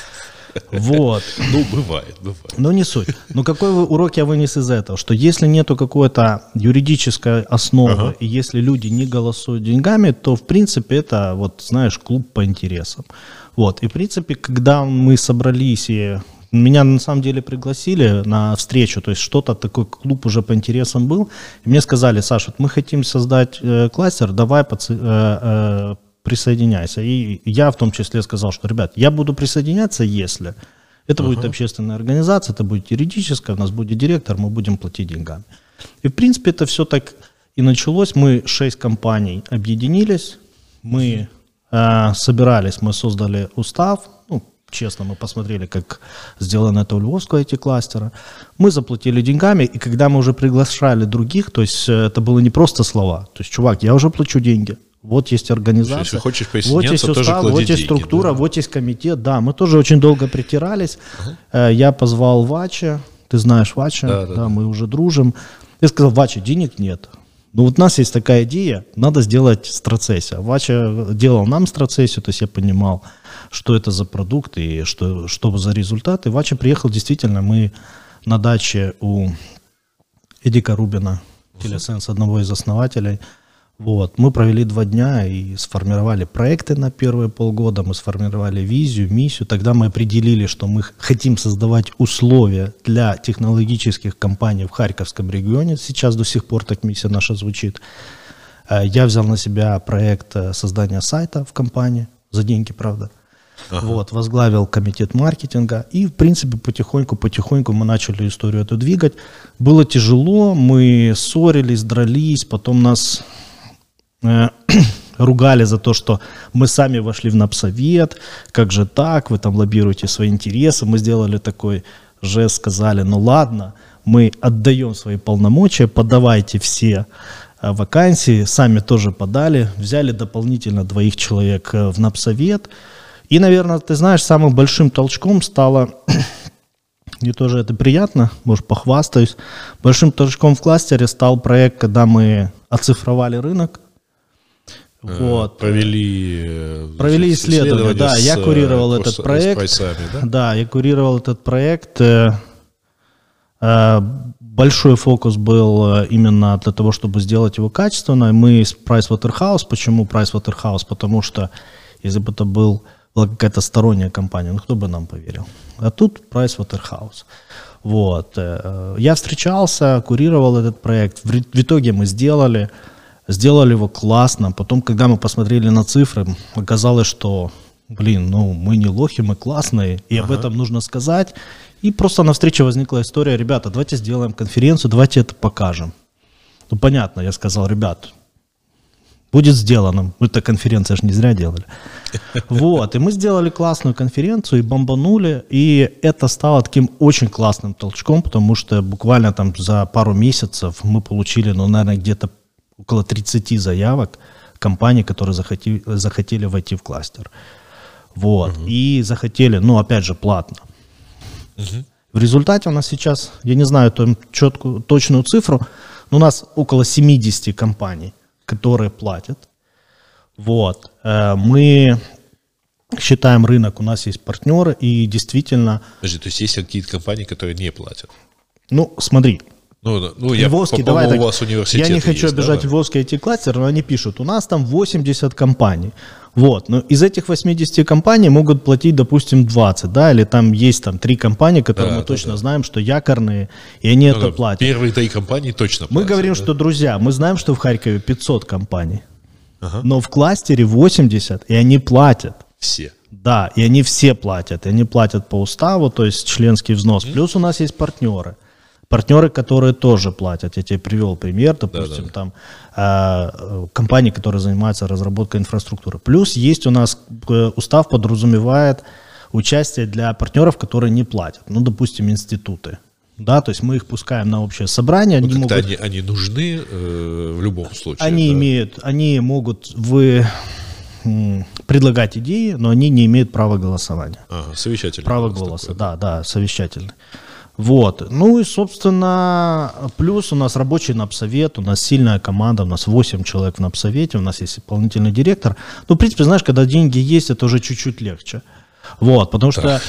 Вот. Ну, бывает. Но не суть. Но какой урок я вынес из этого? Что если нету какой-то юридической основы, и если люди не голосуют деньгами, то, в принципе, это, вот, знаешь, клуб по интересам. Вот. И, в принципе, когда мы собрались и... Меня на самом деле пригласили на встречу, то есть что-то, такой клуб уже по интересам был. И мне сказали, Саша, вот мы хотим создать кластер, давай присоединяйся. И я в том числе сказал, что, ребят, я буду присоединяться, если это будет общественная организация, это будет юридическая, у нас будет директор, мы будем платить деньгами. И в принципе это все так и началось. Мы 6 компаний объединились, мы собирались, мы создали устав. Ну, честно, мы посмотрели, как сделано это у Львовского IT-кластера. Мы заплатили деньгами, и когда мы уже приглашали других, то есть это было не просто слова. То есть, чувак, я уже плачу деньги. Вот есть организация, если хочешь вот есть устав, тоже вот есть деньги, структура, да. вот есть комитет. Да, мы тоже очень долго притирались. Я позвал Вача, ты знаешь Вача, да, мы уже дружим. Я сказал, Вача, денег нет. Ну вот у нас есть такая идея, надо сделать страцессию. Вача делал нам страцессию, то есть я понимал, что это за продукт и что за результаты. Вача приехал, действительно, мы на даче у Эдика Рубина, Телесенс, одного из основателей. Вот. Мы провели 2 дня и сформировали проекты на первые полгода, мы сформировали визию, миссию. Тогда мы определили, что мы хотим создавать условия для технологических компаний в Харьковском регионе. Сейчас до сих пор так миссия наша звучит. Я взял на себя проект создания сайта в компании, за деньги, правда. Вот, возглавил комитет маркетинга. И, в принципе, потихоньку мы начали историю эту двигать. Было тяжело, мы ссорились, дрались, потом нас... ругали за то, что мы сами вошли в Напсовет, как же так, вы там лоббируете свои интересы. Мы сделали такой жест, сказали, ну ладно, мы отдаем свои полномочия, подавайте все вакансии, сами тоже подали, взяли дополнительно 2 человек в Напсовет. И, наверное, ты знаешь, самым большим толчком стало, мне тоже это приятно, может, похвастаюсь, большим толчком в кластере стал проект, когда мы оцифровали рынок. Вот. Провели исследование, да, я курировал этот проект. Прайсами, да? Да, я курировал этот проект. Большой фокус был именно для того, чтобы сделать его качественно. Мы с PricewaterhouseCoopers. Почему PricewaterhouseCoopers? Потому что если бы это была какая-то сторонняя компания, ну кто бы нам поверил? А тут PricewaterhouseCoopers. Вот. Я встречался, курировал этот проект. В итоге мы сделали его классно. Потом, когда мы посмотрели на цифры, оказалось, что, мы не лохи, мы классные, и об этом нужно сказать. И просто на встрече возникла история, ребята, давайте сделаем конференцию, давайте это покажем. Ну, понятно, я сказал, ребят, будет сделано. Мы-то конференцию же не зря делали. Вот, и мы сделали классную конференцию и бомбанули, и это стало таким очень классным толчком, потому что буквально там за пару месяцев мы получили, наверное, где-то около 30 заявок компаний, которые захотели войти в кластер. Вот. И захотели, опять же, платно. В результате у нас сейчас, я не знаю точную цифру, но у нас около 70 компаний, которые платят. Вот. Мы считаем рынок, у нас есть партнеры, и действительно... Подожди, то есть есть какие-то компании, которые не платят? Ну, смотри. Львовский, у вас университет. Я не хочу обижать Львовский IT-кластер, но они пишут, у нас там 80 компаний. Вот, но из этих 80 компаний могут платить, допустим, 20, да, или там есть 3 компании, которые мы точно знаем, что якорные, и они это платят. Первые 3 компании точно платят. Мы говорим, что, друзья, мы знаем, что в Харькове 500 компаний, но в кластере 80, и они платят. Все. Да, и они все платят, и они платят по уставу, то есть членский взнос. Плюс у нас есть партнеры. Партнеры, которые тоже платят. Я тебе привел пример, допустим, там компании, которые занимаются разработкой инфраструктуры. Плюс есть у нас устав подразумевает участие для партнеров, которые не платят. Ну, допустим, институты. Да, то есть мы их пускаем на общее собрание. Они нужны в любом случае. Они могут предлагать идеи, но они не имеют права голосования. Ага, совещательный. Право голоса, да, совещательный. Вот. Ну и, собственно, плюс у нас рабочий напсовет, у нас сильная команда, у нас 8 человек в напсовете, у нас есть исполнительный директор. Ну, в принципе, знаешь, когда деньги есть, это уже чуть-чуть легче. Вот, потому что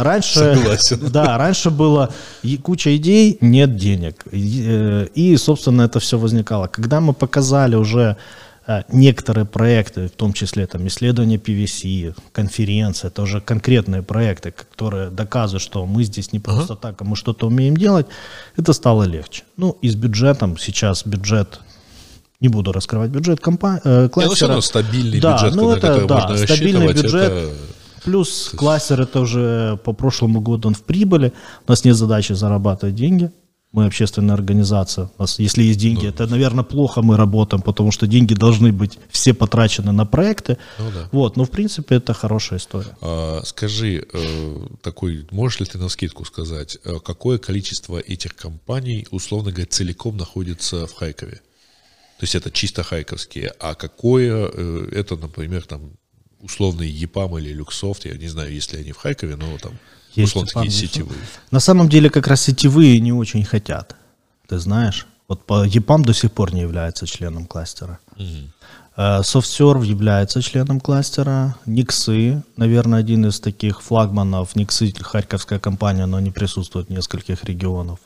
раньше было куча идей, нет денег. И, собственно, это все возникало. Когда мы показали уже некоторые проекты, в том числе там исследования PVC, конференция, это уже конкретные проекты, которые доказывают, что мы здесь не просто так, а мы что-то умеем делать, это стало легче. Ну и с бюджетом, сейчас бюджет, не буду раскрывать бюджет кластера. Ну, все равно стабильный бюджет, на который можно стабильный рассчитывать. Бюджет, плюс кластер это уже по прошлому году он в прибыли, у нас нет задачи зарабатывать деньги. Мы общественная организация. У нас, если есть деньги, это, наверное, плохо мы работаем, потому что деньги должны быть все потрачены на проекты. Вот, но в принципе это хорошая история. Скажи, можешь ли ты навскидку сказать, какое количество этих компаний, условно говоря, целиком находится в Харькове? То есть это чисто харьковские, а какое это, например, там условный EPAM или Люксофт, я не знаю, есть ли они в Харькове, но там условно такие сетевые. На самом деле как раз сетевые не очень хотят, ты знаешь. Вот EPAM до сих пор не является членом кластера. SoftServe является членом кластера. Никсы, наверное, один из таких флагманов. Никсы — харьковская компания, но они присутствуют в нескольких регионах.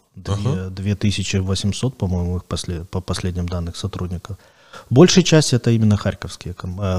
2800, по-моему, их по последним данным сотрудников. Большая часть это именно харьковские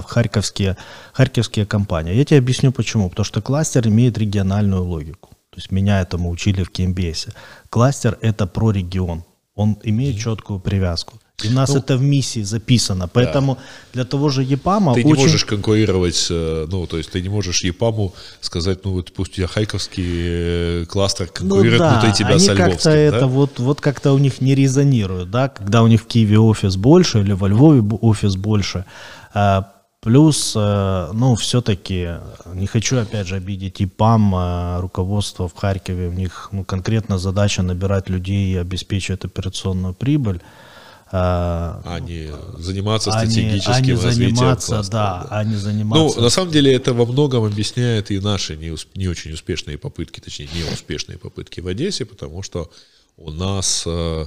компании. Я тебе объясню почему. Потому что кластер имеет региональную логику. То есть меня этому учили в Кембесе. Кластер это про регион. Он имеет четкую привязку. И у нас это в миссии записано. Поэтому для того же EPAM ты не можешь конкурировать, то есть ты не можешь EPAM сказать, пусть у тебя харьковский кластер конкурирует внутри тебя с львовским. Это вот как-то у них не резонирует, да, когда у них в Киеве офис больше или во Львове офис больше. Плюс, все-таки, не хочу опять же обидеть EPAM, руководство в Харькове, у них конкретно задача набирать людей и обеспечивать операционную прибыль. Не заниматься стратегическим развитием кластера. Не заниматься. На самом деле это во многом объясняет и наши не очень успешные попытки, точнее неуспешные попытки в Одессе, потому что у нас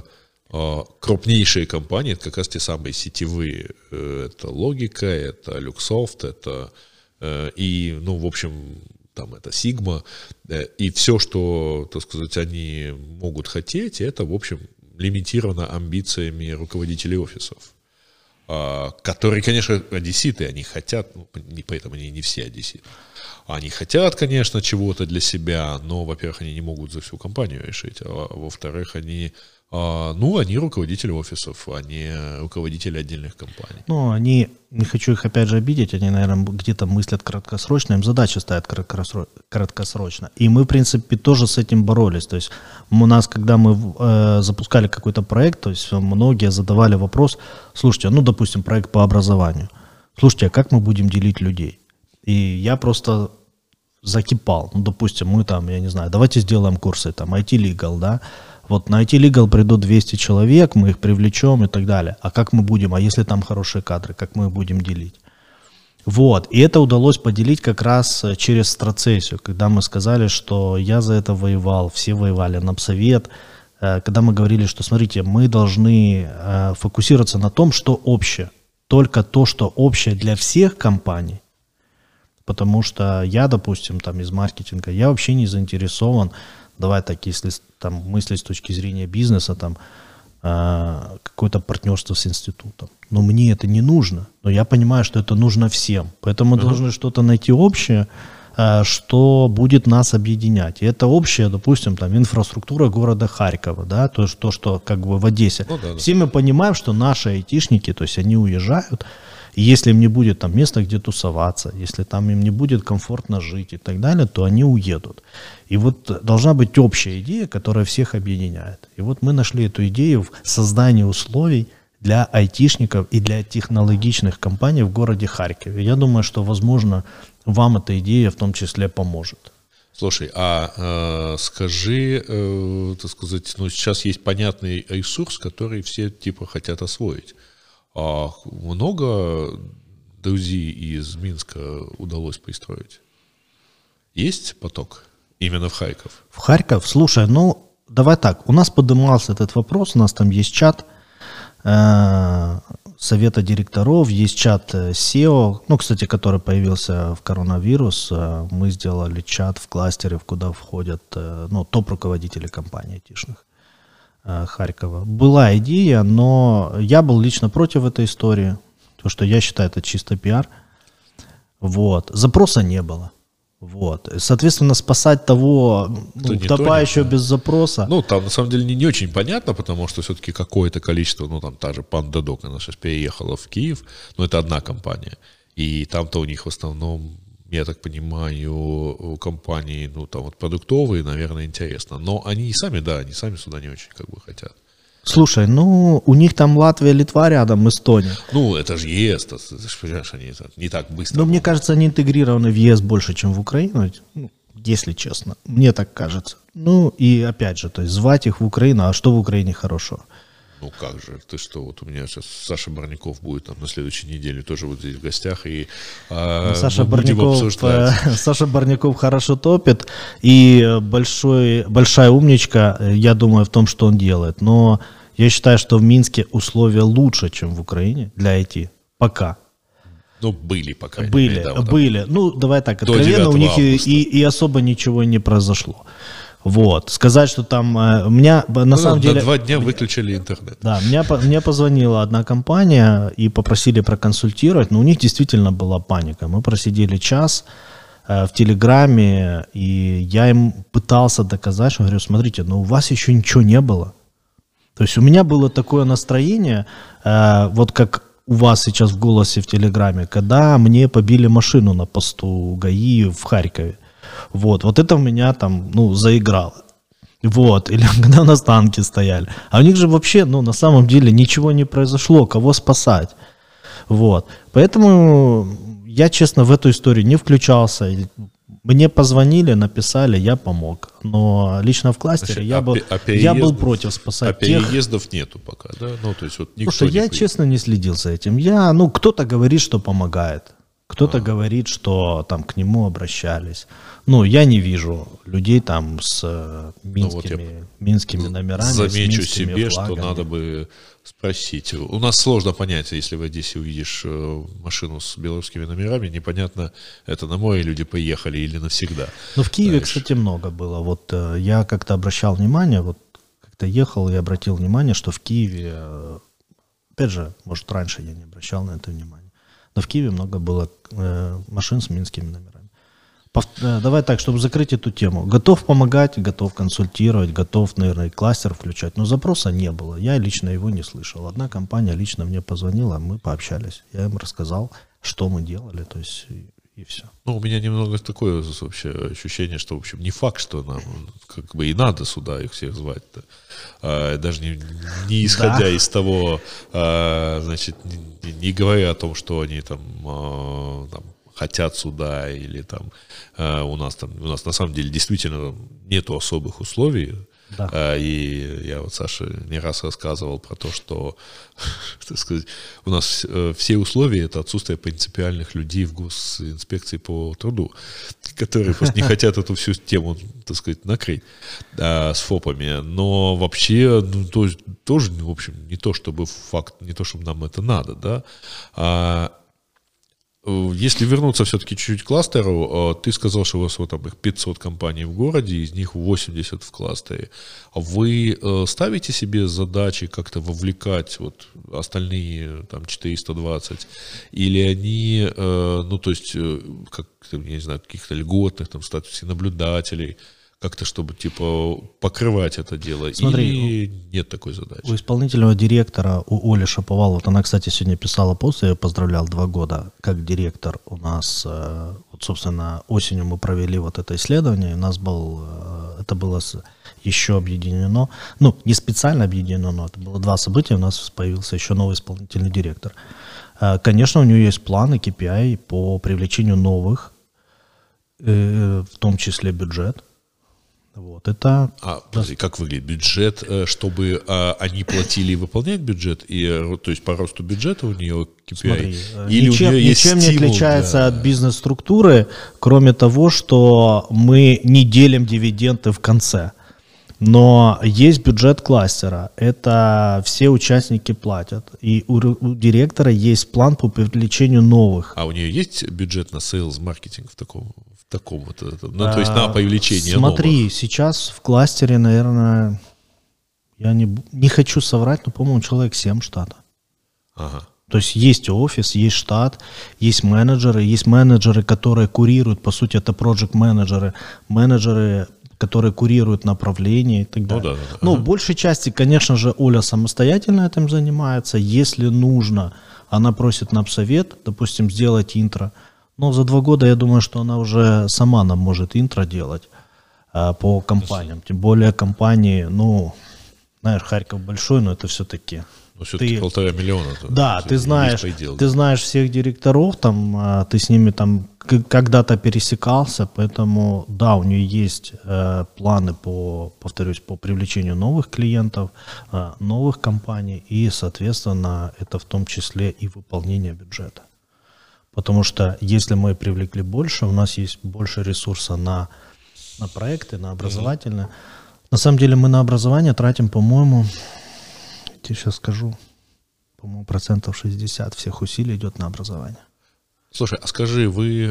крупнейшие компании, это как раз те самые сетевые. Это Логика, это Люксофт, это в общем, там это Sigma. И все, что, так сказать, они могут хотеть, это, в общем, лимитировано амбициями руководителей офисов, которые, конечно, одесситы, они хотят, поэтому они не все одесситы. Они хотят, конечно, чего-то для себя, но, во-первых, они не могут за всю компанию решить, а во-вторых, они руководители офисов, а не руководители отдельных компаний. Они, не хочу их опять же обидеть, они, наверное, где-то мыслят краткосрочно, им задачи ставят краткосрочно. И мы, в принципе, тоже с этим боролись. То есть у нас, когда мы запускали какой-то проект, то есть многие задавали вопрос, слушайте, допустим, проект по образованию. Слушайте, а как мы будем делить людей? И я просто закипал. Допустим, мы там, я не знаю, давайте сделаем курсы, там, IT-Legal, да, вот на IT-Legal придут 200 человек, мы их привлечем и так далее. А как мы будем, если там хорошие кадры, как мы их будем делить? Вот, и это удалось поделить как раз через страцессию, когда мы сказали, что я за это воевал, все воевали, напсовет, когда мы говорили, что, смотрите, мы должны фокусироваться на том, что общее, только то, что общее для всех компаний, потому что я, допустим, там из маркетинга, я вообще не заинтересован, давай так, если там мыслить с точки зрения бизнеса, там какое-то партнерство с институтом. Но мне это не нужно. Но я понимаю, что это нужно всем. Поэтому мы должны что-то найти общее, что будет нас объединять. И это общее, допустим, там инфраструктура города Харькова, да, то, что как бы в Одессе. Все мы понимаем, что наши айтишники, то есть они уезжают, И если им не будет там места, где тусоваться, если там им не будет комфортно жить и так далее, то они уедут. И вот должна быть общая идея, которая всех объединяет. И вот мы нашли эту идею в создании условий для айтишников и для технологичных компаний в городе Харькове. Я думаю, что, возможно, вам эта идея в том числе поможет. Слушай, скажи, так сказать, ну сейчас есть понятный ресурс, который все типа хотят освоить. А много друзей из Минска удалось пристроить? Есть поток именно в Харьков? В Харьков? Слушай, ну давай так, у нас поднимался этот вопрос, у нас там есть чат совета директоров, есть чат SEO, ну, кстати, который появился в коронавирус. Мы сделали чат в кластере, куда входят топ-руководители компаний айтишных Харькова. Была идея, но я был лично против этой истории, потому что я считаю, это чисто пиар. Вот. Запроса не было. Вот. Соответственно, спасать того, утопающего без запроса. Ну, там на самом деле не очень понятно, потому что все-таки какое-то количество, ну, там та же PandaDoc, она сейчас переехала в Киев, но это одна компания. И там-то у них в основном, я так понимаю, компании, ну, там вот продуктовые, наверное, интересно. Но они сами сюда не очень как бы хотят. Слушай, ну, у них там Латвия, Литва рядом, Эстония. Ну, это же ЕС, ты же понимаешь, они не так быстро. Но мне кажется, они интегрированы в ЕС больше, чем в Украину, если честно. Мне так кажется. Ну, и опять же, то есть звать их в Украину, а что в Украине хорошего? Ну, как же, ты что, вот у меня сейчас Саша Барняков будет там на следующей неделе тоже вот здесь в гостях, и Саша будем обсуждать. Саша Барняков хорошо топит, и большая умничка, я думаю, в том, что он делает. Но я считаю, что в Минске условия лучше, чем в Украине для IT. Пока. Ну, были пока. Были. Ну, давай так, откровенно, у них и особо ничего не произошло. Вот. Сказать, что там... У меня на самом деле... На 2 дня выключили интернет. Да, мне позвонила одна компания и попросили проконсультировать, но у них действительно была паника. Мы просидели час в Телеграме, и я им пытался доказать, что говорю, смотрите, но у вас еще ничего не было. То есть у меня было такое настроение, вот как у вас сейчас в голосе в Телеграме, когда мне побили машину на посту ГАИ в Харькове. Вот это у меня там, заиграло. Вот, или когда у нас танки стояли. А у них же вообще, на самом деле ничего не произошло, кого спасать. Вот, поэтому я, честно, в эту историю не включался. Мне позвонили, написали, я помог. Но лично в кластере я был против спасать тех. Переездов нету пока, да? Ну, то есть вот никто Слушай, я честно не следил за этим. Кто-то говорит, что помогает. Кто-то говорит, что там к нему обращались. Я не вижу людей там с минскими номерами. Замечу себе, флагами. Что надо бы спросить. У нас сложно понять, если в Одессе увидишь машину с белорусскими номерами, непонятно, это на море люди поехали или навсегда. В Киеве, кстати, много было. Вот я как-то обращал внимание, как-то ехал и обратил внимание, что в Киеве, опять же, может, раньше я не обращал на это внимание, но в Киеве много было машин с минскими номерами. Давай так, чтобы закрыть эту тему. Готов помогать, готов консультировать, готов, наверное, кластер включать, но запроса не было. Я лично его не слышал. Одна компания лично мне позвонила, мы пообщались. Я им рассказал, что мы делали, то есть и все. У меня немного такое вообще ощущение, что, в общем, не факт, что нам как бы и надо сюда их всех звать-то. Даже не исходя из того, значит, не говоря о том, что они там хотят сюда или там у нас на самом деле действительно нету особых условий. Да. И я вот Саше не раз рассказывал про то, что, так сказать, у нас все условия — это отсутствие принципиальных людей в госинспекции по труду, которые просто не хотят эту всю тему, так сказать, накрыть с ФОПами. Но вообще, тоже, в общем, не то чтобы факт, не то чтобы нам это надо, да. Если вернуться все-таки чуть-чуть к кластеру, ты сказал, что у вас вот там их 500 компаний в городе, из них 80 в кластере. Вы ставите себе задачи как-то вовлекать вот остальные там 420? Или они, как, я не знаю, каких-то льготных там статусе наблюдателей, Как-то, чтобы, типа, покрывать это дело? Смотри, или нет такой задачи? У исполнительного директора, у Оли Шаповал, вот она, кстати, сегодня писала пост, я ее поздравлял 2 года, как директор у нас, вот, собственно, осенью мы провели вот это исследование, у нас это было еще объединено, ну, не специально объединено, но это было 2 события, у нас появился еще новый исполнительный директор. Конечно, у нее есть планы, KPI по привлечению новых, в том числе бюджет. Вот, это... Подожди, как выглядит бюджет, чтобы они платили и выполнять бюджет, то есть по росту бюджета у нее KPI? Смотри, или у нее есть ничем не стимул отличается от бизнес-структуры, кроме того, что мы не делим дивиденды в конце. Но есть бюджет кластера, это все участники платят, и у директора есть план по привлечению новых. А у нее есть бюджет на сейлс, маркетинг в таком вот, ну, то есть на привлечение Смотри, новых? Сейчас в кластере, наверное, я не хочу соврать, но, по-моему, человек 7 штата. Ага. То есть офис, есть штат, есть менеджеры, которые курируют, по сути, это проект-менеджеры, которые курируют направление и так далее. Ну, в большей части, конечно же, Оля самостоятельно этим занимается. Если нужно, она просит нам совет, допустим, сделать интро. Но за 2 года, я думаю, что она уже сама нам может интро делать по компаниям. Тем более компании, ну, знаешь, Харьков большой, но это все-таки... Ну, все-таки 1,5 миллиона. Да, ты знаешь всех директоров, там, ты с ними там когда-то пересекался, поэтому, да, у нее есть планы повторюсь, по привлечению новых клиентов, новых компаний, и, соответственно, это в том числе и выполнение бюджета. Потому что если мы привлекли больше, у нас есть больше ресурса на проекты, на образовательные. На самом деле мы на образование тратим, по-моему, я тебе сейчас скажу, по-моему, 60% всех усилий идет на образование. Слушай, а скажи,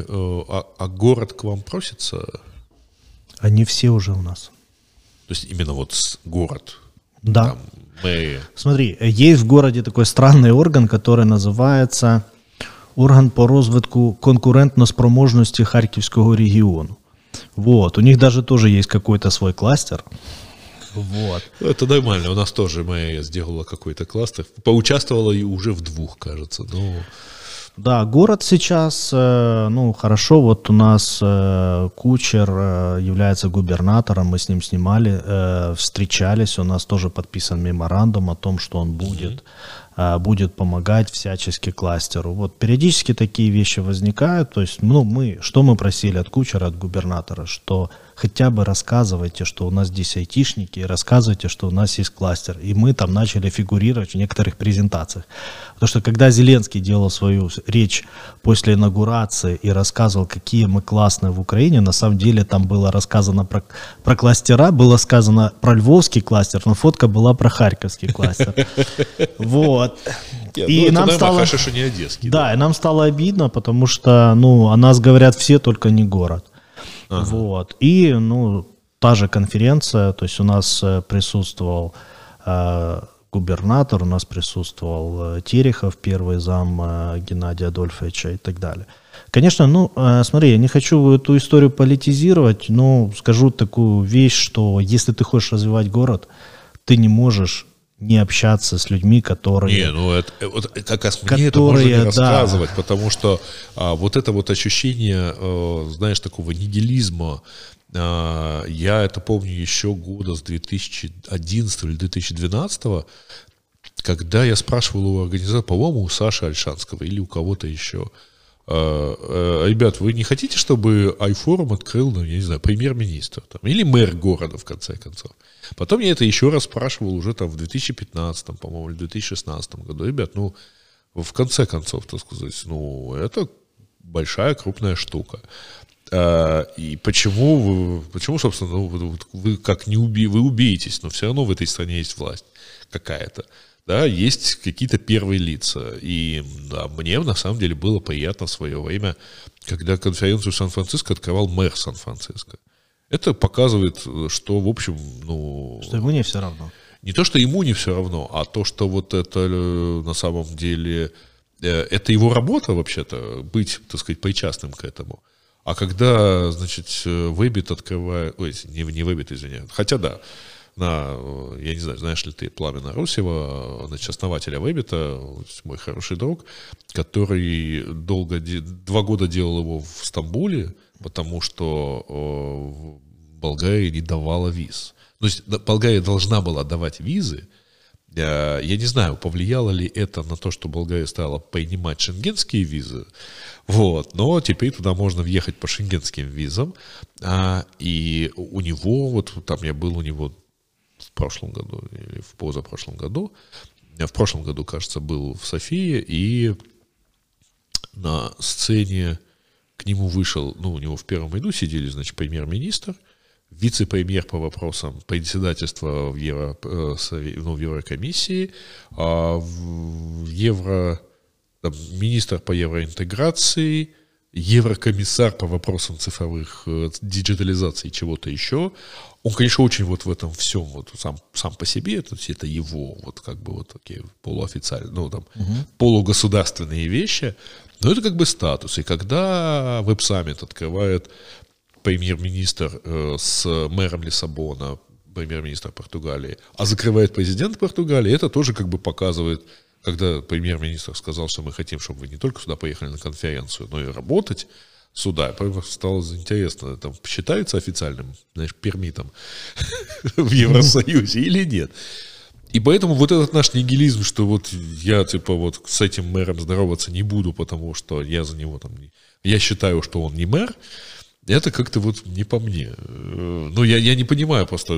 город к вам просится? Они все уже у нас. То есть именно вот город? Да. Там, мэрия. Смотри, есть в городе такой странный орган, который називається орган по розвитку конкурентно-спроможності Харківського регіону. Вот. У них даже тоже есть какой-то свой кластер. Вот. Это нормально. У нас тоже мэрия сделала какой-то кластер. Поучаствовала и уже в 2, кажется. Ну... Да, город сейчас, ну, хорошо, вот у нас Кучер является губернатором, мы с ним снимали, встречались, у нас тоже подписан меморандум о том, что он будет помогать всячески кластеру. Вот периодически такие вещи возникают, то есть, ну, что мы просили от Кучера, от губернатора, что хотя бы рассказывайте, что у нас здесь айтишники, и рассказывайте, что у нас есть кластер. И мы там начали фигурировать в некоторых презентациях. Потому что когда Зеленский делал свою речь после инаугурации и рассказывал, какие мы классные в Украине, на самом деле там было рассказано про кластера, было сказано про львовский кластер, но фотка была про харьковский кластер. Вот. И нам стало... что не одесский. Да, и нам стало обидно, потому что, ну, о нас говорят все, только не город. Ага. Вот. И, ну, та же конференция, то есть у нас присутствовал губернатор, у нас присутствовал Терехов, первый зам Геннадия Адольфовича и так далее. Конечно, ну, смотри, я не хочу эту историю политизировать, но скажу такую вещь, что если ты хочешь развивать город, ты не можешь не общаться с людьми, которые... Не, ну это как раз мне это можно не рассказывать, да. Потому что вот это вот ощущение, знаешь, такого нигилизма, я это помню еще года с 2011 или 2012, когда я спрашивал у организатора, по-моему, у Саши Альшанского или у кого-то еще, ребят, вы не хотите, чтобы iForum открыл, ну, я не знаю, премьер-министр там, или мэр города, в конце концов? Потом я это еще раз спрашивал уже там в 2015, по-моему, или 2016 году. Ребят, ну, в конце концов, так сказать, ну, это большая, крупная штука. И почему, собственно, ну, вы как не вы убеетесь, но все равно в этой стране есть власть какая-то. Да, есть какие-то первые лица. И да, мне на самом деле было приятно в свое время, когда конференцию Сан-Франциско открывал мэр Сан-Франциско. Это показывает, что, в общем, ну... Что ему не все равно. Не то, что ему не все равно, а то, что вот это на самом деле... Это его работа, вообще-то, быть, так сказать, причастным к этому. А когда, значит, Weebit открывает... Ой, не Weebit, извиняюсь. Хотя да, я не знаю, знаешь ли ты Пламена Русева, значит, основателя Weebit, мой хороший друг, который 2 года делал его в Стамбуле, потому что Болгария не давала виз. То есть Болгария должна была давать визы. Я не знаю, повлияло ли это на то, что Болгария стала принимать шенгенские визы, вот, но теперь туда можно въехать по шенгенским визам, и у него, вот там я был у него в прошлом году или в позапрошлом году, в прошлом году, кажется, был в Софии, и на сцене к нему вышел, у него в первом ряду сидели, значит, премьер-министр, вице-премьер по вопросам председательства в Еврокомиссии, министр по евроинтеграции, еврокомиссар по вопросам цифровых диджитализации и чего-то еще. Он, конечно, очень вот в этом всем вот сам по себе, то есть это его вот как бы вот такие полуофициальные, полугосударственные вещи, но это как бы статус. И когда веб-саммит открывает премьер-министр с мэром Лиссабона, премьер-министр Португалии, а закрывает президент Португалии, это тоже как бы показывает, когда премьер-министр сказал, что мы хотим, чтобы вы не только сюда поехали на конференцию, но и работать сюда. Стало интересно, там считается официальным, знаешь, пермитом в Евросоюзе или нет. И поэтому вот этот наш нигилизм, что вот я типа вот с этим мэром здороваться не буду, потому что я за него там, я считаю, что он не мэр, это как-то вот не по мне. Ну, я не понимаю просто.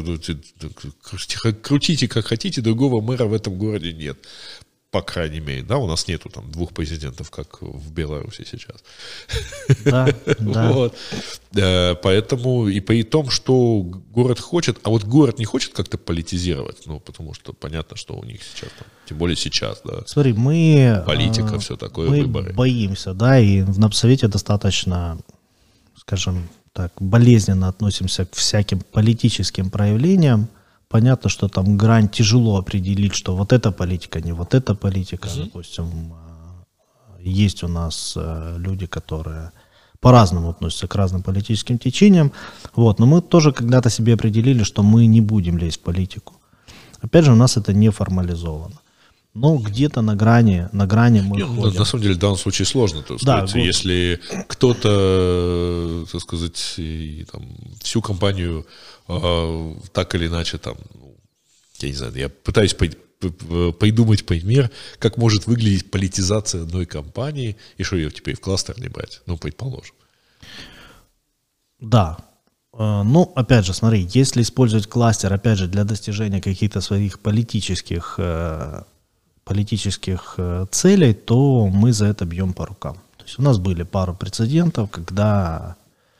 Крутите как хотите, другого мэра в этом городе нет. По крайней мере, да, у нас нету там 2 президентов, как в Беларуси сейчас. Да, да. Вот. Поэтому и при том, что город хочет, а вот город не хочет как-то политизировать, потому что понятно, что у них сейчас, тем более сейчас, да. Смотри, политика, все такое, мы выборы. Боимся, да, и в Напсовете достаточно, скажем так, болезненно относимся к всяким политическим проявлениям. Понятно, что там грань тяжело определить, что вот эта политика, не вот эта политика. Допустим, есть у нас люди, которые по-разному относятся к разным политическим течениям. Вот. Но мы тоже когда-то себе определили, что мы не будем лезть в политику. Опять же, у нас это не формализовано. Но где-то на грани мы ходим. На самом деле, в данном случае сложно, так сказать. Да, если кто-то, так сказать, всю компанию так или иначе, я не знаю, я пытаюсь придумать пример, как может выглядеть политизация одной компании, и что ее теперь в кластер не брать, предположим. Да. Ну, опять же, смотри, если использовать кластер, опять же, для достижения каких-то своих политических целей, то мы за это бьем по рукам. То есть у нас были пару прецедентов, когда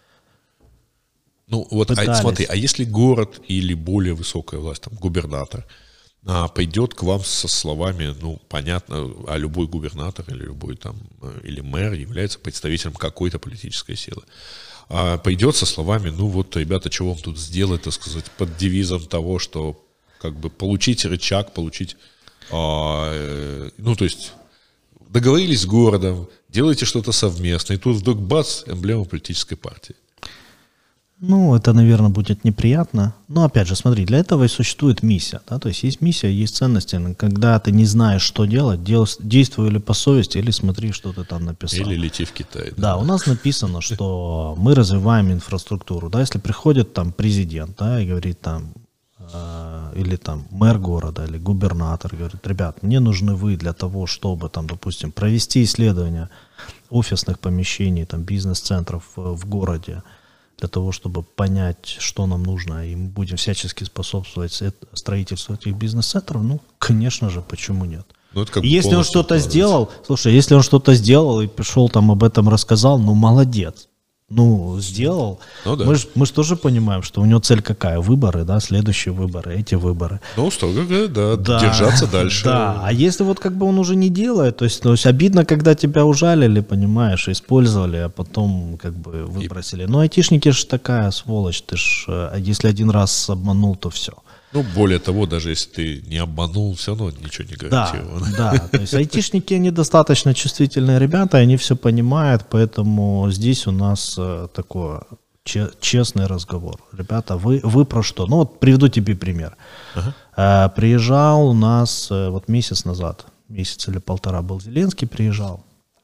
смотри, а если город или более высокая власть, губернатор, пойдет к вам со словами, понятно, а любой губернатор или любой или мэр является представителем какой-то политической силы, пойдет со словами, ребята, что вам тут сделать, так сказать, под девизом того, что как бы получить рычаг, получить, то есть договорились с городом, делаете что-то совместно, и тут вдруг бац, эмблема политической партии. Это, наверное, будет неприятно. Но, опять же, смотри, для этого и существует миссия. Да? То есть есть миссия, есть ценности. Когда ты не знаешь, что делать, действуй или по совести, или смотри, что ты там написал. Или лети в Китай. Да, у нас написано, что мы развиваем инфраструктуру. Да? Если приходит президент, да, и говорит или мэр города, или губернатор, говорит, ребят, мне нужны вы для того, чтобы, допустим, провести исследование офисных помещений, бизнес-центров в городе, для того, чтобы понять, что нам нужно, и мы будем всячески способствовать строительству этих бизнес-центров, конечно же, почему нет? Если он что-то сделал, если он что-то сделал и пришел об этом рассказал, молодец. Сделал. Да. Мы же тоже понимаем, что у него цель какая? Выборы, да, следующие выборы, эти выборы. Строго говоря, да, держаться дальше. Да, а если он уже не делает, то есть обидно, когда тебя ужалили, понимаешь, использовали, а потом выбросили. Но айтишники же такая сволочь, ты ж, если один раз обманул, то все. Ну, более того, даже если ты не обманул, все равно ничего не гарантировано. Да, то есть айтишники, они достаточно чувствительные ребята, они все понимают, поэтому здесь у нас такой честный разговор. Ребята, вы про что? Ну, вот приведу тебе пример. Приезжал у нас вот месяц назад, месяц или полтора был Зеленский, приезжал.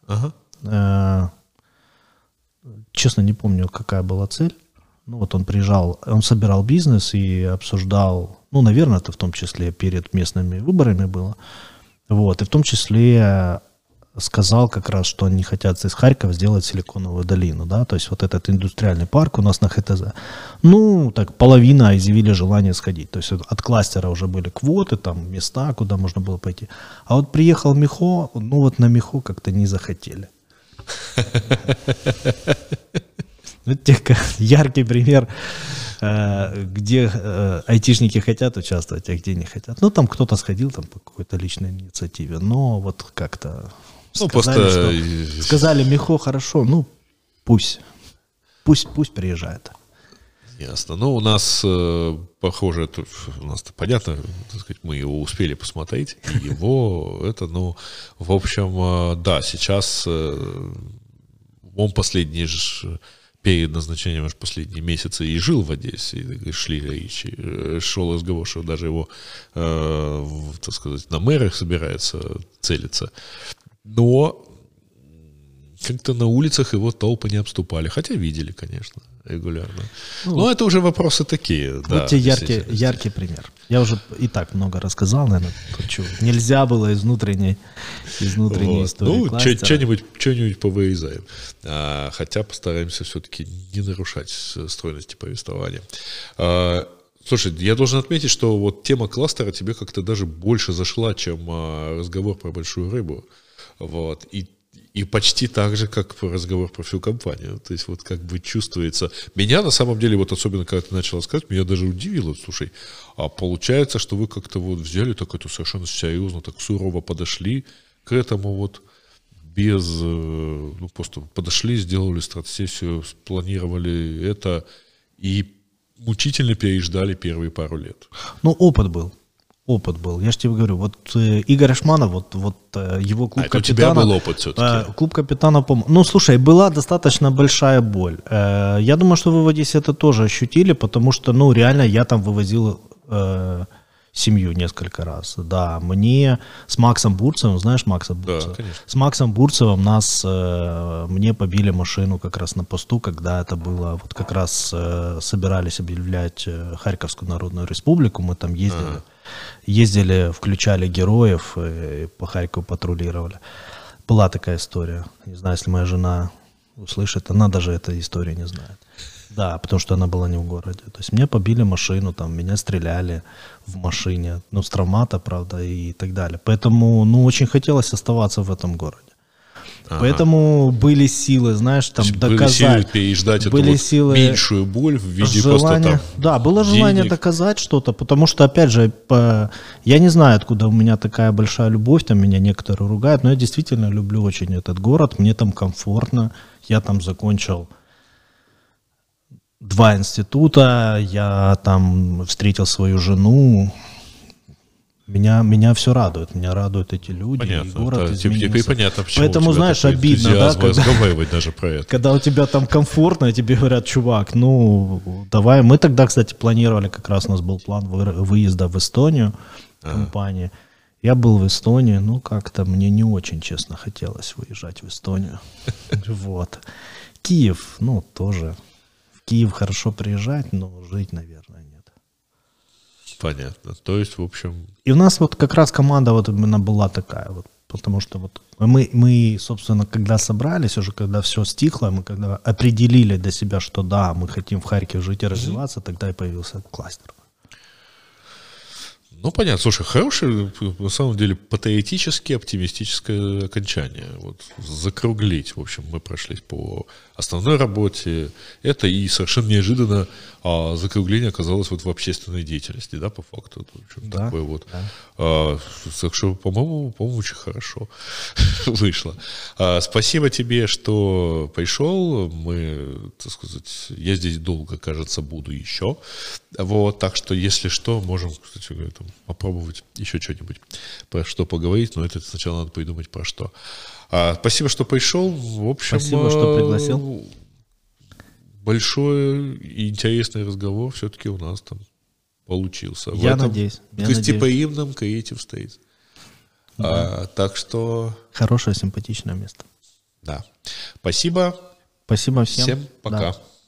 Честно, не помню, какая была цель. Ну, вот он приезжал, он собирал бизнес и обсуждал, ну, наверное, это в том числе перед местными выборами было. Вот, и в том числе сказал как раз, что они хотят из Харькова сделать Силиконовую долину, да, то есть вот этот индустриальный парк у нас на ХТЗ. Ну, так, половина изъявили желание сходить, то есть от кластера уже были квоты, там, места, куда можно было пойти. А вот приехал Михо, ну, вот на Михо как-то не захотели. Вот яркий пример, где айтишники хотят участвовать, а где не хотят. Ну, там кто-то сходил там по какой-то личной инициативе, но вот как-то сказали Михо, хорошо, ну, пусть приезжает. Ясно. Ну, у нас, похоже, у нас-то понятно, так сказать, мы его успели посмотреть, и его, это, ну, в общем, да, сейчас он последний же, перед назначением аж последние месяцы и жил в Одессе, и шел разговор, что даже его, так сказать, на мэрах собирается целиться. Но как-то на улицах его толпы не обступали, хотя видели, конечно, регулярно. Но это уже вопросы такие. Вот да, тебе яркий пример. Я уже и так много рассказал, наверное, нельзя было из внутренней истории. Ну, что-нибудь повырезаем. Хотя постараемся все-таки не нарушать стройности повествования. Слушай, я должен отметить, что вот тема кластера тебе как-то даже больше зашла, чем разговор про большую рыбу. Вот. И почти так же, как разговор про всю компанию. То есть вот как бы чувствуется. Меня на самом деле, вот особенно когда ты начал рассказывать, меня даже удивило. Слушай, а получается, что вы как-то вот взяли так это совершенно серьезно, так сурово подошли к этому вот без... Ну, просто подошли, сделали стратсессию, спланировали это и мучительно переждали первые пару лет. Ну, опыт был. Я же тебе говорю, вот Игорь Ашманов, вот его клуб капитана... у тебя был опыт все-таки. Клуб капитана... Ну, слушай, была достаточно большая боль. Я думаю, что вы в Одессе это тоже ощутили, потому что, ну, реально я там вывозил семью несколько раз. Да, мне с Максом Бурцевым, знаешь Макса Бурцева? Да, конечно. С Максом Бурцевым мне побили машину как раз на посту, когда это было, вот как раз собирались объявлять Харьковскую Народную Республику, мы там ездили, включали героев, и по Харькову патрулировали. Была такая история. Не знаю, если моя жена услышит, она даже этой истории не знает. Да, потому что она была не в городе. То есть мне побили машину, там, меня стреляли в машине, ну, с травмата, правда, и так далее. Поэтому, ну, очень хотелось оставаться в этом городе. Поэтому были силы, знаешь, там, доказать. Были силы переждать эту вот меньшую боль в виде просто там да, было желание доказать что-то, потому что, опять же, я не знаю, откуда у меня такая большая любовь, там меня некоторые ругают, но я действительно люблю очень этот город, мне там комфортно, я там закончил 2 института, я там встретил свою жену. Меня все радует. Меня радуют эти люди. Понятно. Город изменился. Теперь понятно, почему. Поэтому, знаешь, обидно, да, разговаривать даже про это. Когда у тебя там комфортно, и тебе говорят, чувак, ну, давай. Мы тогда, кстати, планировали, как раз у нас был план выезда в Эстонию, компании. Я был в Эстонии, ну, как-то мне не очень, честно, хотелось выезжать в Эстонию. Вот. Киев, ну, тоже. В Киев хорошо приезжать, но жить, наверное, нет. Понятно. То есть, в общем... И у нас вот как раз команда вот именно была такая вот, потому что вот мы, собственно, когда собрались, уже когда все стихло, мы когда определили для себя, что да, мы хотим в Харькове жить и развиваться, тогда и появился кластер. Ну, понятно. Слушай, хорошее, на самом деле, патриотически оптимистическое окончание. Вот, закруглить. В общем, мы прошлись по основной работе. Это и совершенно неожиданно закругление оказалось вот в общественной деятельности, да, по факту. В общем, Да, такое вот. да. Так что, по-моему, очень хорошо вышло. Спасибо тебе, что пришел. Мы, так сказать, я здесь долго, кажется, буду еще. Вот, так что, если что, можем, кстати говоря, там, попробовать еще что-нибудь про что поговорить, но это сначала надо придумать про что. Спасибо, что пришел. В общем, Спасибо, что пригласил. Большой и интересный разговор все-таки у нас там получился. Я надеюсь. В гостеприимном Creative State. Да. Так что... Хорошее, симпатичное место. Да. Спасибо. Спасибо всем. Всем пока. Да.